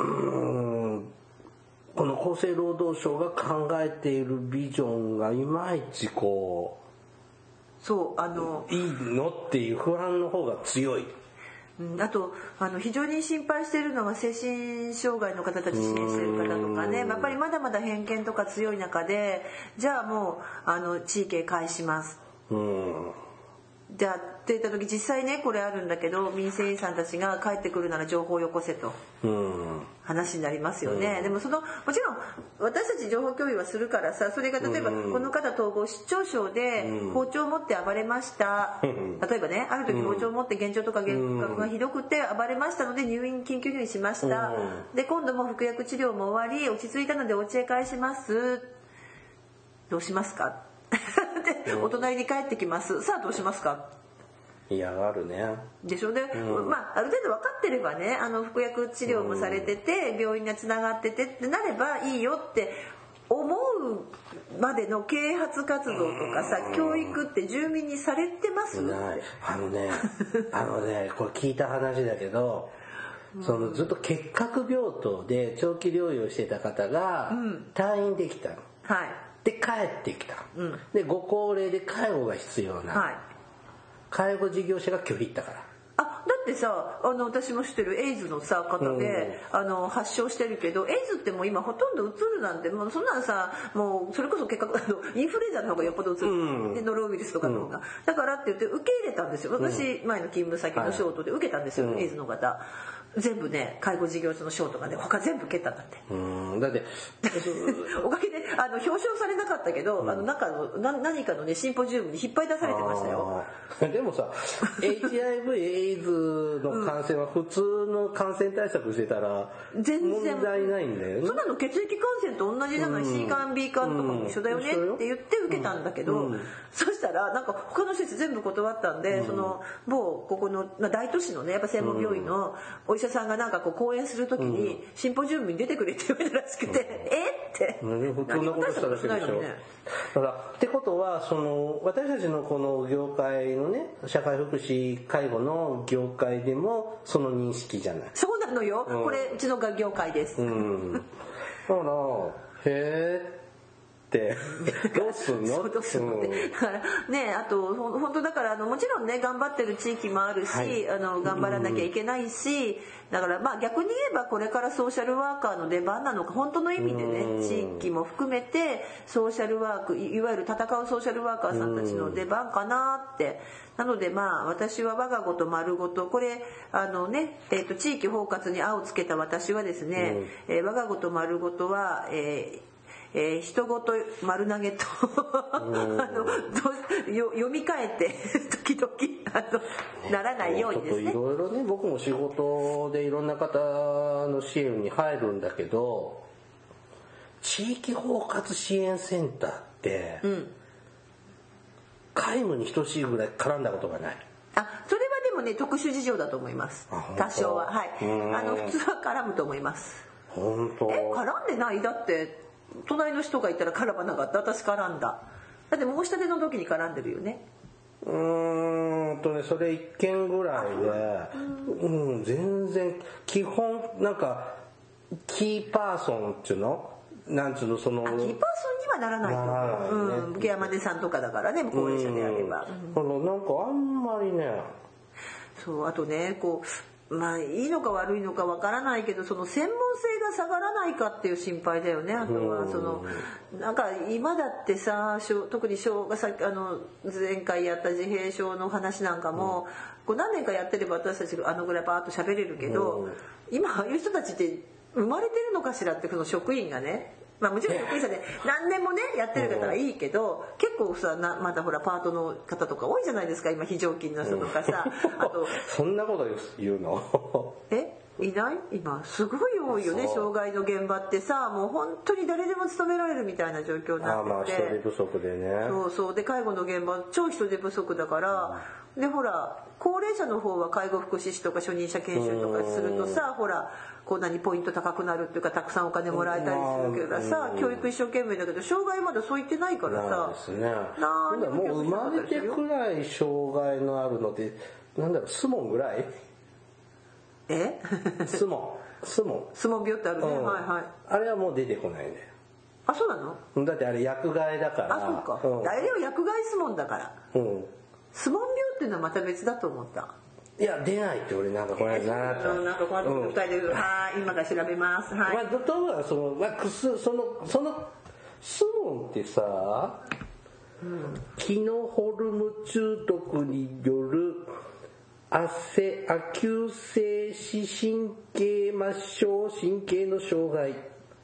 Speaker 1: うんこの厚生労働省が考えているビジョンがいまいちこ
Speaker 2: うそうあの
Speaker 1: いいのっていう不安の方が強い。
Speaker 2: あとあの非常に心配しているのは精神障害の方たち支援している方とかね、やっぱりまだまだ偏見とか強い中でじゃあもうあの地域へ返します、うん、じゃあって言った時実際ねこれあるんだけど民生委員さんたちが帰ってくるなら情報をよこせと、うん、話になりますよね、うん、でもそのもちろんまあ私たち情報共有はするからさ、それが例えばこの方統合失調症で包丁を持って暴れました、例えばね、ある時包丁を持って幻聴とか幻覚がひどくて暴れましたので入院緊急入院しました、で今度も服薬治療も終わり落ち着いたのでお家へ帰します、どうしますかでお隣に帰ってきます、さあどうしますか、
Speaker 1: 嫌がるね。で
Speaker 2: しょ。で、うん、まあある程度分かってればね、あの服薬治療もされてて、病院がつながっててってなればいいよって思うまでの啓発活動とかさ、教育って住民にされてます？
Speaker 1: ない。あのね、あのね、これ聞いた話だけど、そのずっと結核病棟で長期療養してた方が退院できたの。
Speaker 2: うん、はい。
Speaker 1: で帰ってきた。
Speaker 2: うん、
Speaker 1: でご高齢で介護が必要な。はい。介護事業者が拒否ったから。
Speaker 2: あ、だってさ、あの私も知ってるエイズのさ方で、うん、あの発症してるけど、エイズってもう今ほとんどうつるなんてもうそんなんさ、もうそれこそ結核あのインフルエンザの方がよっぽどうつる、うん、でノロウイルスとかの方が、うん、だからって言って受け入れたんですよ。私、うん、前の勤務先のショートで受けたんですよ、はい、エイズの方。全部ね、介護事業所のショートがね、他全部受けたんだって。
Speaker 1: うん、だって
Speaker 2: おかげであの表彰されなかったけど、うん、あの中のな何かのねシンポジウムに引っ張り出されてましたよ。
Speaker 1: でもさ、エイチアイブイ エイズの感染は普通の感染対策してたら問題ないんだよね。
Speaker 2: そんなの血液感染と同じじゃない、うん、C 肝 B 肝とかも一緒だよねって言って受けたんだけど、うんうん、そしたらなんか他の施設全部断ったんで、うん、その某ここの、まあ、大都市のねやっぱ専門病院のお医者さんがなんかこう講演するときにシンポジウムに出てくれって言われたらしくて、うん、えって、
Speaker 1: うん、普通のことしただけでしょ。ね、だからってことはその私たちのこの業界のね社会福祉介護の業界でもその認識じゃない。
Speaker 2: そうなのよ、うん、これうちの業界です。うん、だ
Speaker 1: からへーってどうすんの？
Speaker 2: どうすんのって。だからね、あと本当だからあのもちろんね頑張ってる地域もあるし、はい、あの頑張らなきゃいけないし、だからまあ逆に言えばこれからソーシャルワーカーの出番なのか、本当の意味でね地域も含めてソーシャルワーク、いわゆる戦うソーシャルワーカーさんたちの出番かなって。なのでまあ私は我がごと丸ごとこれあのね、えーと地域包括に「あ」をつけた私はですね、うん、えー、我がごと丸ごとは、えーえー、人ごと丸投げとあのどよ読み替えて時々あのならないようにですね。
Speaker 1: いろいろね、僕も仕事でいろんな方の支援に入るんだけど、地域包括支援センターって、うん、皆無に等しいぐらい絡んだことがない。
Speaker 2: あ、それはでもね特殊事情だと思います。多少は、はい、あの普通は絡むと思います。
Speaker 1: 本当？
Speaker 2: え、絡んでない？だって隣の人がいたら絡まなかった。私絡んだ。だって申し立ての時に絡んでるよね。
Speaker 1: うーんとね、それ一件ぐらいで、うん、全然基本なんかキーパーソンっていうの、なんつうの、その
Speaker 2: キーパーソンにはならないと思う。ならないね。うん、ケアマネさんとかだからね、高齢者であれば。
Speaker 1: うん、なんかあんまりね。
Speaker 2: そう、あとね、こう。まあいいのか悪いのかわからないけど、その専門性が下がらないかっていう心配だよね。あとはそのなんか今だってさ、特に小がさあの前回やった自閉症の話なんかも、こう何年かやってれば私たちがあのぐらいパーッと喋れるけど、今ああいう人たちって生まれてるのかしらって、その職員がね。まあもちろん職員さんで何年もねやってる方はいいけど、結構さなまだほらパートの方とか多いじゃないですか今、非常勤の人とかさ、あと
Speaker 1: そんなこと言うの
Speaker 2: えいない？今すごい多いよね、障害の現場ってさ、もう本当に誰でも勤められるみたいな状況になってて、
Speaker 1: あ、まあ人手不足でね。
Speaker 2: そうそう、で介護の現場超人手不足だから、うん、でほら高齢者の方は介護福祉士とか初任者研修とかするとさ、ほらこんなにポイント高くなるっていうか、たくさんお金もらえたりするけどさ、教育一生懸命だけど障害まだそう言ってないからさ、
Speaker 1: ですね、なんだもう生まれてくらい障害のあるので、なんだろう、スモンぐらい
Speaker 2: え
Speaker 1: スモンスモン
Speaker 2: スモン病ってあるね、うん、はいはい。
Speaker 1: あれはもう出てこないんだよ。
Speaker 2: あ、そうなの？
Speaker 1: だってあれ薬害だから。
Speaker 2: あ、そうか、うん、あれは薬害スモンだから、うん、スモン病っていうのはまた別だと思った。
Speaker 1: いや出ないって俺なんかこれ習った。
Speaker 2: なんかこうやってふたりで、うん、はい今から調べます。はい。
Speaker 1: まあどとはそのまあくすそのそのスモンってさ、うん、キノホルム中毒による汗亜急性視神経末梢神経の障害、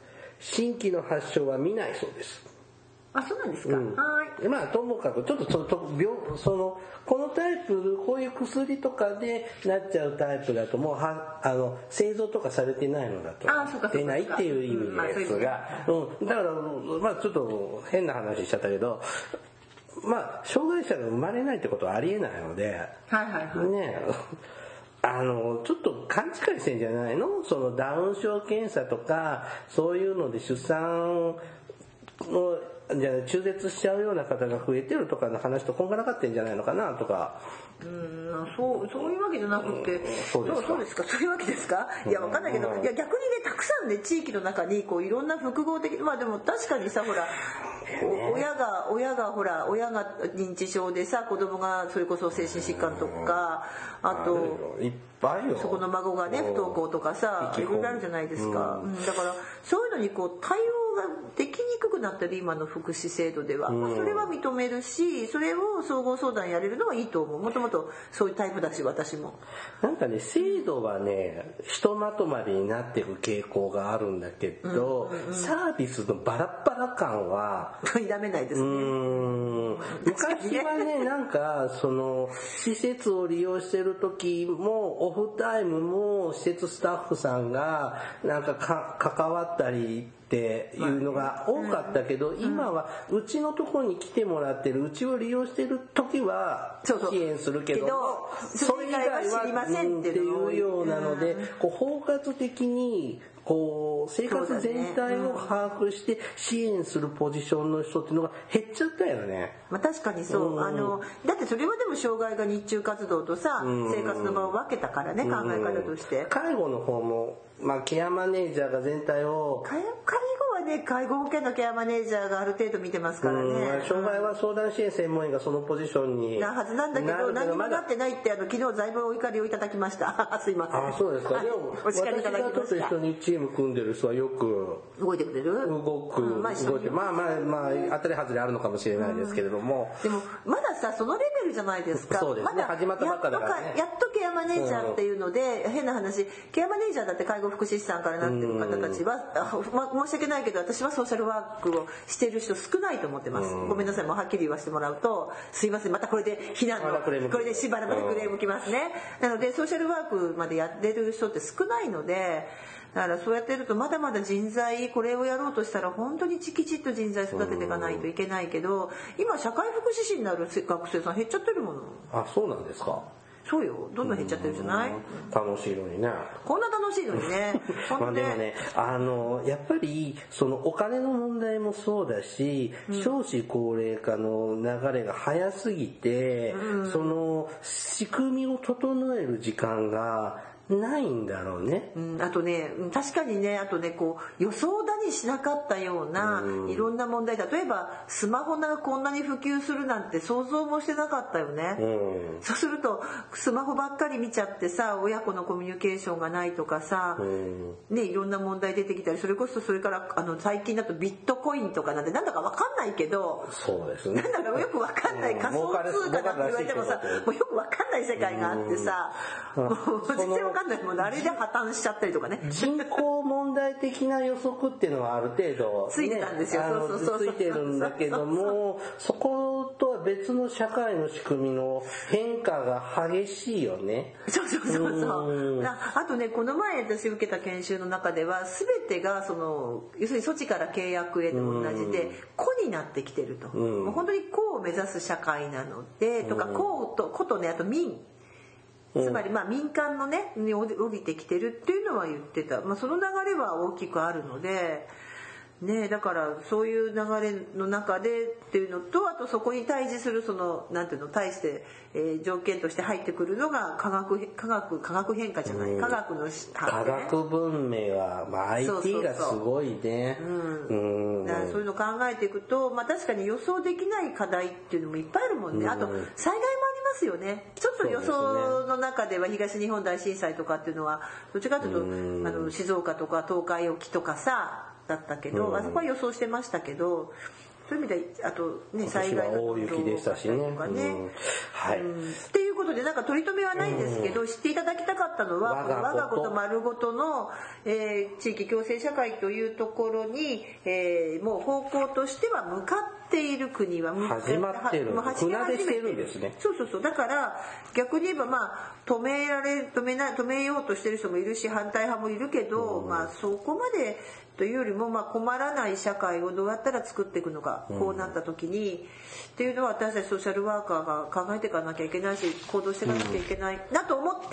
Speaker 1: 新規の発症は見ないそうです。
Speaker 2: あ、そうなんですか。うん、はい。
Speaker 1: まあともかくちょっとその病そのこのタイプこういう薬とかでなっちゃうタイプだともうはあの製造とかされてないのだと出ないっていう意味ですが、うん、だからまあちょっと変な話しちゃったけど。まあ障害者が生まれないってことはありえないので、
Speaker 2: はいはいはい、ね
Speaker 1: あのちょっと勘違いしてんじゃないの？そのダウン症検査とかそういうので出産のじゃあ中絶しちゃうような方が増えてるとかの話とこんがらがってんじゃないのかなとか。
Speaker 2: うーん、そうそういうわけじゃなくて、うん、
Speaker 1: そうですか。
Speaker 2: そうですか。そういうわけですか。いやわかんないけど、うん、いや逆にねたくさんね地域の中にこういろんな複合的、まあでも確かにさほら。親が親がほら親が認知症でさ子供がそれこそ精神疾患とかあと
Speaker 1: いっぱいよ
Speaker 2: そこの孫がね不登校とかさいろいろあるじゃないですか、うん、だからそういうのにこう対応ができにくくなってる今の福祉制度では、うん、それは認めるしそれを総合相談やれるのはいいと思う。もともとそういうタイプだし私も
Speaker 1: なんかね制度はねひとまとまりになっていく傾向があるんだけど、うんうんうん、サービスのバラバラ感は
Speaker 2: 否めないですね。う
Speaker 1: ーん昔はねなんかその施設を利用してる時もオフタイムも施設スタッフさんがなんかか関わったりっていうのが多かったけど、うん、今はうちのところに来てもらってるうちを利用してる時は支援するけど
Speaker 2: それ以外は知りませんって
Speaker 1: いうようなので、うん、こう包括的にこう生活全体を把握して支援するポジションの人っていうのが減っちゃったよね。
Speaker 2: まあ確かにそう、うん、あのだってそれはでも障害が日中活動とさ、うん、生活の場を分けたからね、うん、考え方として
Speaker 1: 介護の方も、まあ、ケアマネージャーが全体を
Speaker 2: 介護はね介護保険のケアマネージャーがある程度見てますからね、
Speaker 1: うん、障害は相談支援専門員がそのポジションに
Speaker 2: なはずなんだけど何もなってないってあの昨日だいぶお怒りをいただきましたすいません。
Speaker 1: あそうですか。でも
Speaker 2: お叱りいただきました。
Speaker 1: 私がちょっと一緒にチーム組んでる人はよく
Speaker 2: 動いてくれる
Speaker 1: 動く、うん、まあ動いてまあまあまあ当たり外れあるのかもしれないですけれども、
Speaker 2: うん、でもまださそのレベルじゃないですか。
Speaker 1: そうですね、まだ始まったばっかだからね。
Speaker 2: やっとケアマネージャーっていうので、うん、変な話ケアマネージャーだって介護福祉士さんからなってる方たちは、うんまあ、申し訳ないけど私はソーシャルワークをしてる人少ないと思ってます、うん、ごめんなさいもうはっきり言わせてもらうとすいませんまたこれで非難のこれでしばらくクレームきますね、うん、なのでソーシャルワークまでやってる人って少ないのでだからそうやってるとまだまだ人材これをやろうとしたら本当にきちっと人材育てていかないといけないけど今社会福祉士になる学生さん減っちゃってるもの。
Speaker 1: あそうなんですか。
Speaker 2: そうよどんどん減っちゃってるじゃない。
Speaker 1: 楽しいのにね
Speaker 2: こんな楽しいのにね
Speaker 1: まあでもねあのやっぱりそのお金の問題もそうだし、うん、少子高齢化の流れが早すぎて、うん、その仕組みを整える時間がないんだろうね、
Speaker 2: うん、あとね確かにねあとねこう予想だにしなかったような、うん、いろんな問題例えばスマホがこんなに普及するなんて想像もしてなかったよね、うん、そうするとスマホばっかり見ちゃってさ親子のコミュニケーションがないとかさ、うん、ねいろんな問題出てきたりそれこそそれからあの最近だとビットコインとかなんてなんだか分かんないけど
Speaker 1: そうですね
Speaker 2: なんだかよく分かんない、うん、仮想通貨なんて言われてもさもうよく分かんない世界があってさ、うん、もう全然分かんないもんあれで破綻しちゃったりとかね
Speaker 1: 人口問題的な予測っていうのはある程度、
Speaker 2: ね、ついてたんですよそうそうそう
Speaker 1: ついてるんだけどもそことは別の社会の仕組みの変化が激しいよね。
Speaker 2: そうそうそうそう。あ, あとねこの前私受けた研修の中では全てがその要するに措置から契約へと同じで個になってきてると、うん、もう本当に個を目指す社会なのでとか個と個とねあと民つまりまあ民間のねに降りてきてるっていうのは言ってた、まあ、その流れは大きくあるので、ね、だからそういう流れの中でっていうのとあとそこに対峙するそのなんていうの対して、えー、条件として入ってくるのが科学科学科学変化じゃない、うん、科学の
Speaker 1: 科学文明は、まあ、アイティー がすごいね。
Speaker 2: そういうのを考えていくと、まあ、確かに予想できない課題っていうのもいっぱいあるもんね、うん、あと災害もありますよね。ちょっと予想の中では東日本大震災とかっていうのはどっちかというと、うん、あの静岡とか東海沖とかさだったけど、うん、あそこは予想してましたけどそういう意味であとね災害
Speaker 1: の大雪でしたしね、うん、はい、
Speaker 2: うん、っていうこことでなんか取り留めはないんですけど、うん、知っていただきたかったのは我がこと丸ごとの、えー、地域共生社会というところに、えー、もう方向としては向かっている国は
Speaker 1: 始まってる、船出してるんですね。
Speaker 2: そうそうそう。だから逆に言えばまあ止められ止めな止めようとしてる人もいるし反対派もいるけど、うん、まあそこまでというよりもまあ困らない社会をどうやったら作っていくのか、うん、こうなった時にっていうのは私たちソーシャルワーカーが考えていかなきゃいけないし行動していかなきゃいけないなと思って、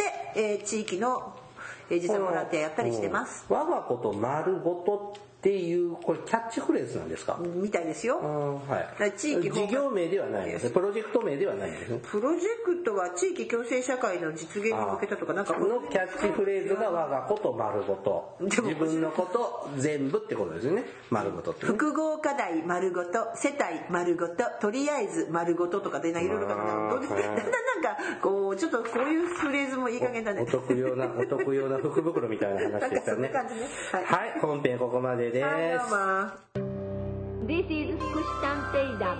Speaker 2: えー、地域の、えー、実はボランティアやったりしてます。
Speaker 1: 我がこと丸ごとっていうこれキャッチフレーズなんですか？
Speaker 2: みたいですよ。
Speaker 1: はい。地域事業名ではないんですね。プロジェクト名ではないんですね。
Speaker 2: プロジェクトは地域共生社会の実現に向けたとかなんか
Speaker 1: このキャッチフレーズが我がこと丸ごと。自分のこと全部ってことですよね。丸ごとって、ね。
Speaker 2: 複合課題丸ごと、世帯丸ごと、とりあえず丸ごととかでいろいろかな。だんだんなんかこうちょっとこういうフレーズもいい加減だね。
Speaker 1: お得用なお得用な福袋みたいな話でしたね。
Speaker 2: ねはい、
Speaker 1: はい、本編ここまでです。
Speaker 2: はい、どうも。
Speaker 3: This is 福祉探偵団。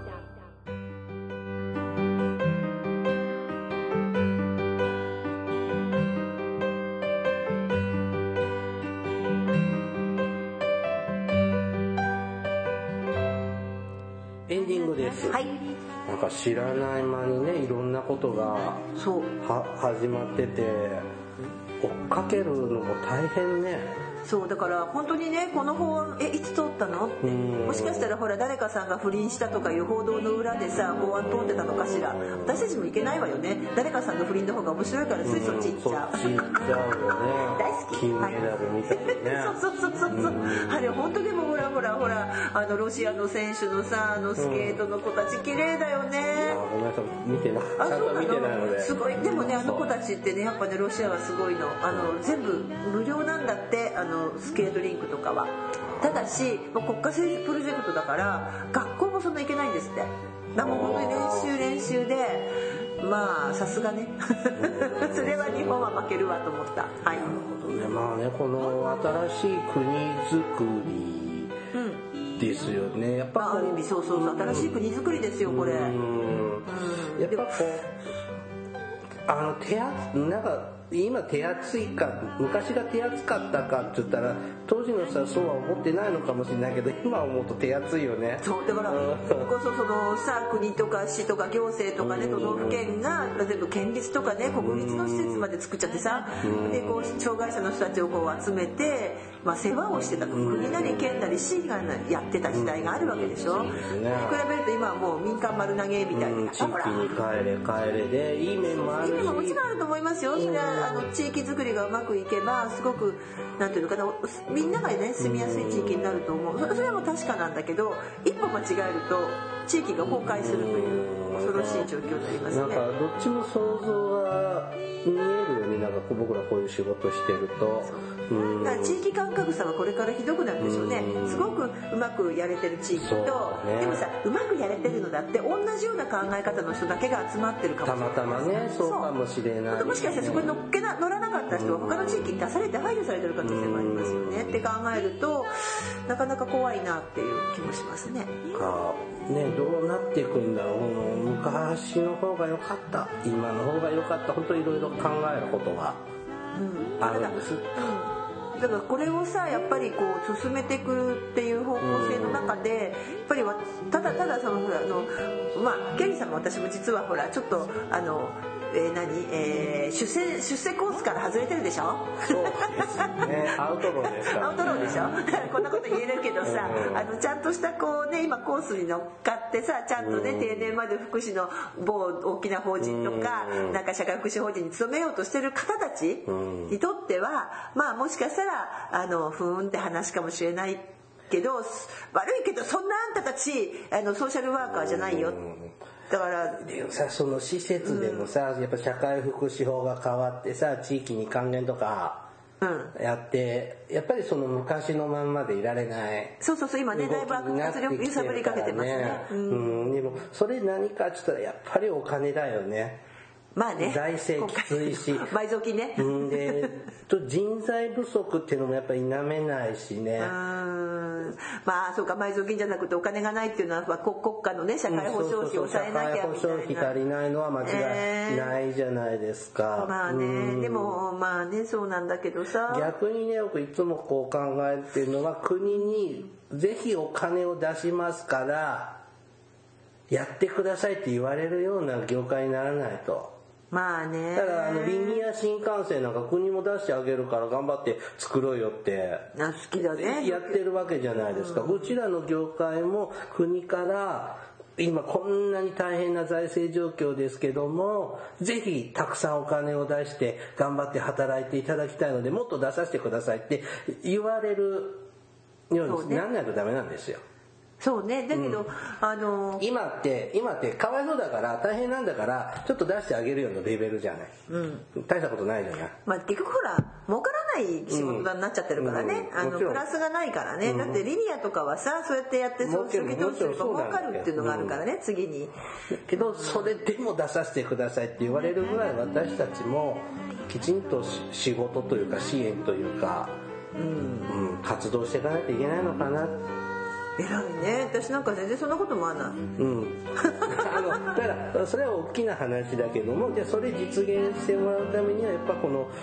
Speaker 1: エンディングです。
Speaker 2: はい。
Speaker 1: なんか知らない間にねいろんなことが
Speaker 2: そう
Speaker 1: は始まってて追っかけるのも大変ね。
Speaker 2: そうだから本当にねこの法えいつ通ったのってもしかしたらほら誰かさんが不倫したとかいう報道の裏でさ法案通ってたのかしら。私たちもいけないわよね。誰かさんの不倫の方が面白いからついそっち行っちゃう。
Speaker 1: そっち行っちゃうよね。
Speaker 2: 大好き。
Speaker 1: 金メダルみたいなね。
Speaker 2: そうそうそうそうそう。あれ本当でもほらほらほらあのロシアの選手のさあのスケートの子たち綺麗だよね。
Speaker 1: あごめんなさい見てなちゃんと見てないので。
Speaker 2: すごいでもねあの子たちってねやっぱねロシアはすごいの。あの全部無料なんだってあのスケートリンクとかは。ただし国家政治プロジェクトだから学校もそんな行けないんですって。だからもう本当に練習練習でまあさすがねそれは日本は負けるわと思った。はい。
Speaker 1: なるほどね。まあねこの新しい国づくりですよね。うん、やっぱ
Speaker 2: ある意味そうそうそう新しい国づくりですよこれ。うん。
Speaker 1: やっぱこうあの手厚なんか。今手厚いか昔が手厚かったかって言ったら当時の人はそうは思ってないのかもしれないけど今思うと手厚いよね。
Speaker 2: そうだからこそそのさ国とか市とか行政とかね都道府県が全部県立とかね国立の施設まで作っちゃってさでこう障害者の人たちをこう集めて、まあ、世話をしてた国なり県なり市がやってた時代があるわけでしょ。比べると今はもう民間丸投げみたいな
Speaker 1: 地域に帰れ帰れでいい面もあるしいい面
Speaker 2: ももちろんあると思いますよ。それはあの地域づくりがうまくいけばすごくなんていうのかなみんながね住みやすい地域になると思う。それはもう確かなんだけど一歩間違えると地域が崩壊するという恐ろしい状況になりますね。
Speaker 1: なんかどっちも想像が見えるよね。なんか僕らこういう仕事してると
Speaker 2: うんだから地域間格差はこれからひどくなるでしょうね。すごくうまくやれてる地域と、ね、でもさうまくやれてるのだって同じような考え方の人だけが集まってるかもしれない。
Speaker 1: たまたまねそうかもしれない、ね、
Speaker 2: もしかしたらそこに乗っけな乗らなかった人は他の地域に出されて排除されてる可能性もありますよねって考えるとなかなか怖いなっていう気もしますね。
Speaker 1: かねどうなっていくんだろう。昔の方が良かった今の方が良かった本当にいろいろ考えることがあるんです、うん
Speaker 2: うん、だからこれをさやっぱりこう進めていくっていう方向性の中でやっぱりただただそのあのまあケリーさんも私も実はほらちょっとあのえー、何、えー、出世出世コースから外れてるでしょ。
Speaker 1: そうですね。アウトローですから、ね。
Speaker 2: アウトローでしょ。こんなこと言えるけどさ、あのちゃんとしたこうね今コースに乗っかってさちゃんとね定年まで福祉の某大きな法人とかなんか社会福祉法人に勤めようとしてる方たちにとってはまあもしかしたらあのふーんって話かもしれないけど悪いけどそんなあんたたちあのソーシャルワーカーじゃないよ。だから
Speaker 1: でもさその施設でもさ、うん、やっぱ社会福祉法が変わってさ地域に還元とかやって、うん、やっぱりその昔のまんまでいられない
Speaker 2: そうそうそう今ねだいぶ圧力揺さぶりかけてますね、
Speaker 1: うんうん、でもそれ何かって言ったらやっぱりお金だよね。
Speaker 2: まあね、
Speaker 1: 財政きついし
Speaker 2: 埋蔵金ね、
Speaker 1: うん、で人材不足っていうのもやっぱり否めないしね。
Speaker 2: うーん、まあそうか、埋蔵金じゃなくてお金がないっていうのは国家のね社会保障費を抑えなきゃみたいな、
Speaker 1: 社会保障費足りないのは間違いないじゃないですか、
Speaker 2: えー、まあね、でもまあねそうなんだけどさ、
Speaker 1: 逆にね僕いつもこう考えてるのは、国にぜひお金を出しますからやってくださいって言われるような業界にならないと。
Speaker 2: まあね、
Speaker 1: だからあのリニア新幹線なんか国も出してあげるから頑張って作ろうよって
Speaker 2: 好きだね
Speaker 1: やってるわけじゃないですか、うん、うちらの業界も国から今こんなに大変な財政状況ですけども、ぜひたくさんお金を出して頑張って働いていただきたいのでもっと出させてくださいって言われるようになんないとダメなんですよ。
Speaker 2: そうね、だけど、うん、あの
Speaker 1: 今って今ってかわいそうだから大変なんだからちょっと出してあげるようなレベルじゃない、うん、大したことないじゃない。
Speaker 2: まあ結局ほら儲からない仕事になっちゃってるからね、うんうん、あのプラスがないからね、うん、だってリニアとかはさそうやってやってそう初期投資すれば儲かるっていうのがあるからね、うん、次に。
Speaker 1: けどそれでも出させてくださいって言われるぐらい私たちもきちんと仕事というか支援というか、うんうん、活動していかないといけないのかな。
Speaker 2: 偉いね。私なんか全然そんなこともあんない。うん。
Speaker 1: あのだからそれは大きな話だけども、じゃあそれ実現してもらうためにはやっぱこの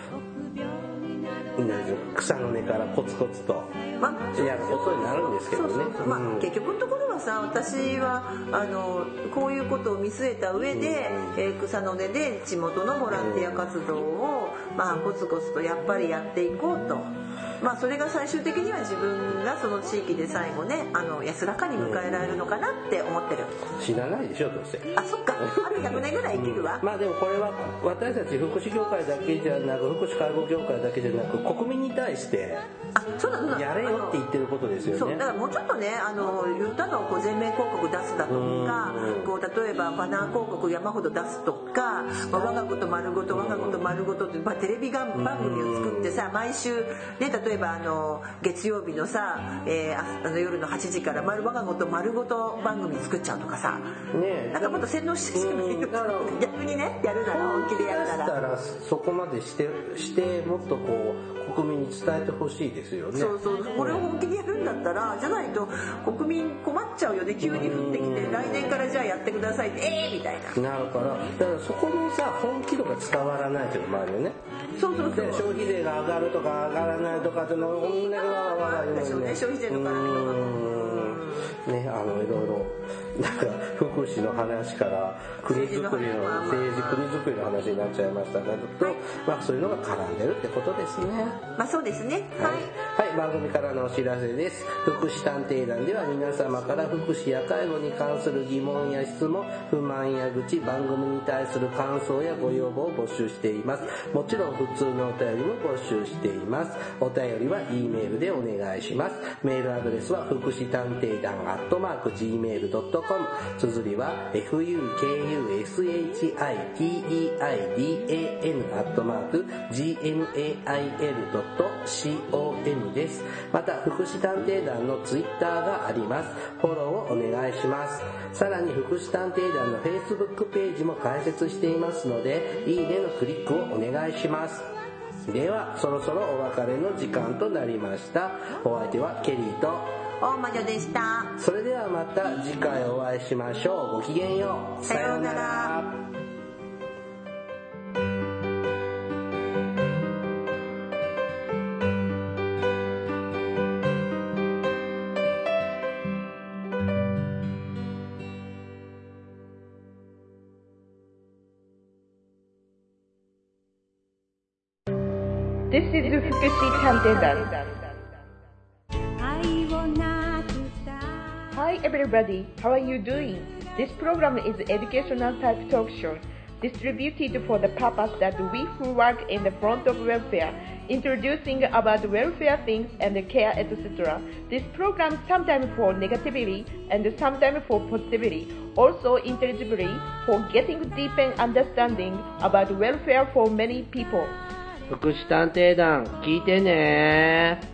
Speaker 1: 草の根からコツコツとやることになるんですけどね。そうそうそう、まあ、うん、結
Speaker 2: 局のところはさ、私はあのこういうことを見据えた上で、うんえー、草の根で地元のボランティア活動を、まあ、コツコツとやっぱりやっていこうと。まあ、それが最終的には自分がその地域で最後ねあの安らかに迎えられるのかなって思ってる。
Speaker 1: 知らないでしょどうせ。
Speaker 2: あ、そっか、あとひゃくねんぐらい生きるわ、
Speaker 1: うん、まあでもこれは私たち福祉業界だけじゃなく福祉介護業界だけじゃなく国民に対してやれよって言ってることですよね。
Speaker 2: そうだからもうちょっとねあの言ったのをこう全面広告出すだとか、こう例えばバナー広告山ほど出すとか、まあ、我がこと丸ごと我がこと丸ごとって、まあ、テレビ番組を作ってさ毎週ね、例えばあの月曜日のさ、えー、あの夜のはちじから丸我がこと丸ごと番組作っちゃうとかさ、ね、なんかもっと洗脳してもいいよ。逆にねやるなら本気でやるなら
Speaker 1: したらそこまでしてしてもっとこう国民に伝えてほしいですよね。
Speaker 2: そうそう、これを本気でやるんだったらじゃないと国民困っちゃうよね。急に降ってきて来年からじゃあやってくださいってえーみたいな
Speaker 1: なるから、だからそこのさ本気度が伝わらないというのもあるよね。
Speaker 2: そうそうそう。
Speaker 1: で消費税が上がるとか上がらないとかっていうのをみんながわわわ言うのにね。
Speaker 2: 消費税の絡みとか
Speaker 1: ね、あのいろいろなんか福祉の話から国づくりの政治国づくりの話になっちゃいましたけど、はい、まあそういうのが絡んでるってことですね。
Speaker 2: まあそうですね。
Speaker 1: はい、はい、番組からのお知らせです。福祉探偵団では皆様から福祉や介護に関する疑問や質問、不満や愚痴、番組に対する感想やご要望を募集しています。もちろん普通のお便りも募集しています。お便りは E メールでお願いします。メールアドレスは福祉探偵団アットマーク ジーメールドットコム、 綴りは エフユーケーユーエスエイチアイティーイーアイディーエーエヌ アットマーク ジーエヌエーアイエルドットコム です。また福祉探偵団のツイッターがあります。フォローをお願いします。さらに福祉探偵団の Facebook ページも開設していますので、いいねのクリックをお願いします。ではそろそろお別れの時間となりました。お相手はケリーと
Speaker 2: 大魔女でした。
Speaker 1: それではまた次回お会いしましょう。ごきげんよう。
Speaker 2: さようなら。
Speaker 3: This is 福祉探偵団。Hi everybody, how are you doing? This program is educational type talk show distributed for the purpose that we who work in the front of welfare, introducing about welfare things and care, et cetera. This program sometimes for negativity and sometimes for positivity, also intelligibly for getting deep and understanding about welfare for many people.
Speaker 1: 福祉探偵団聞いてね。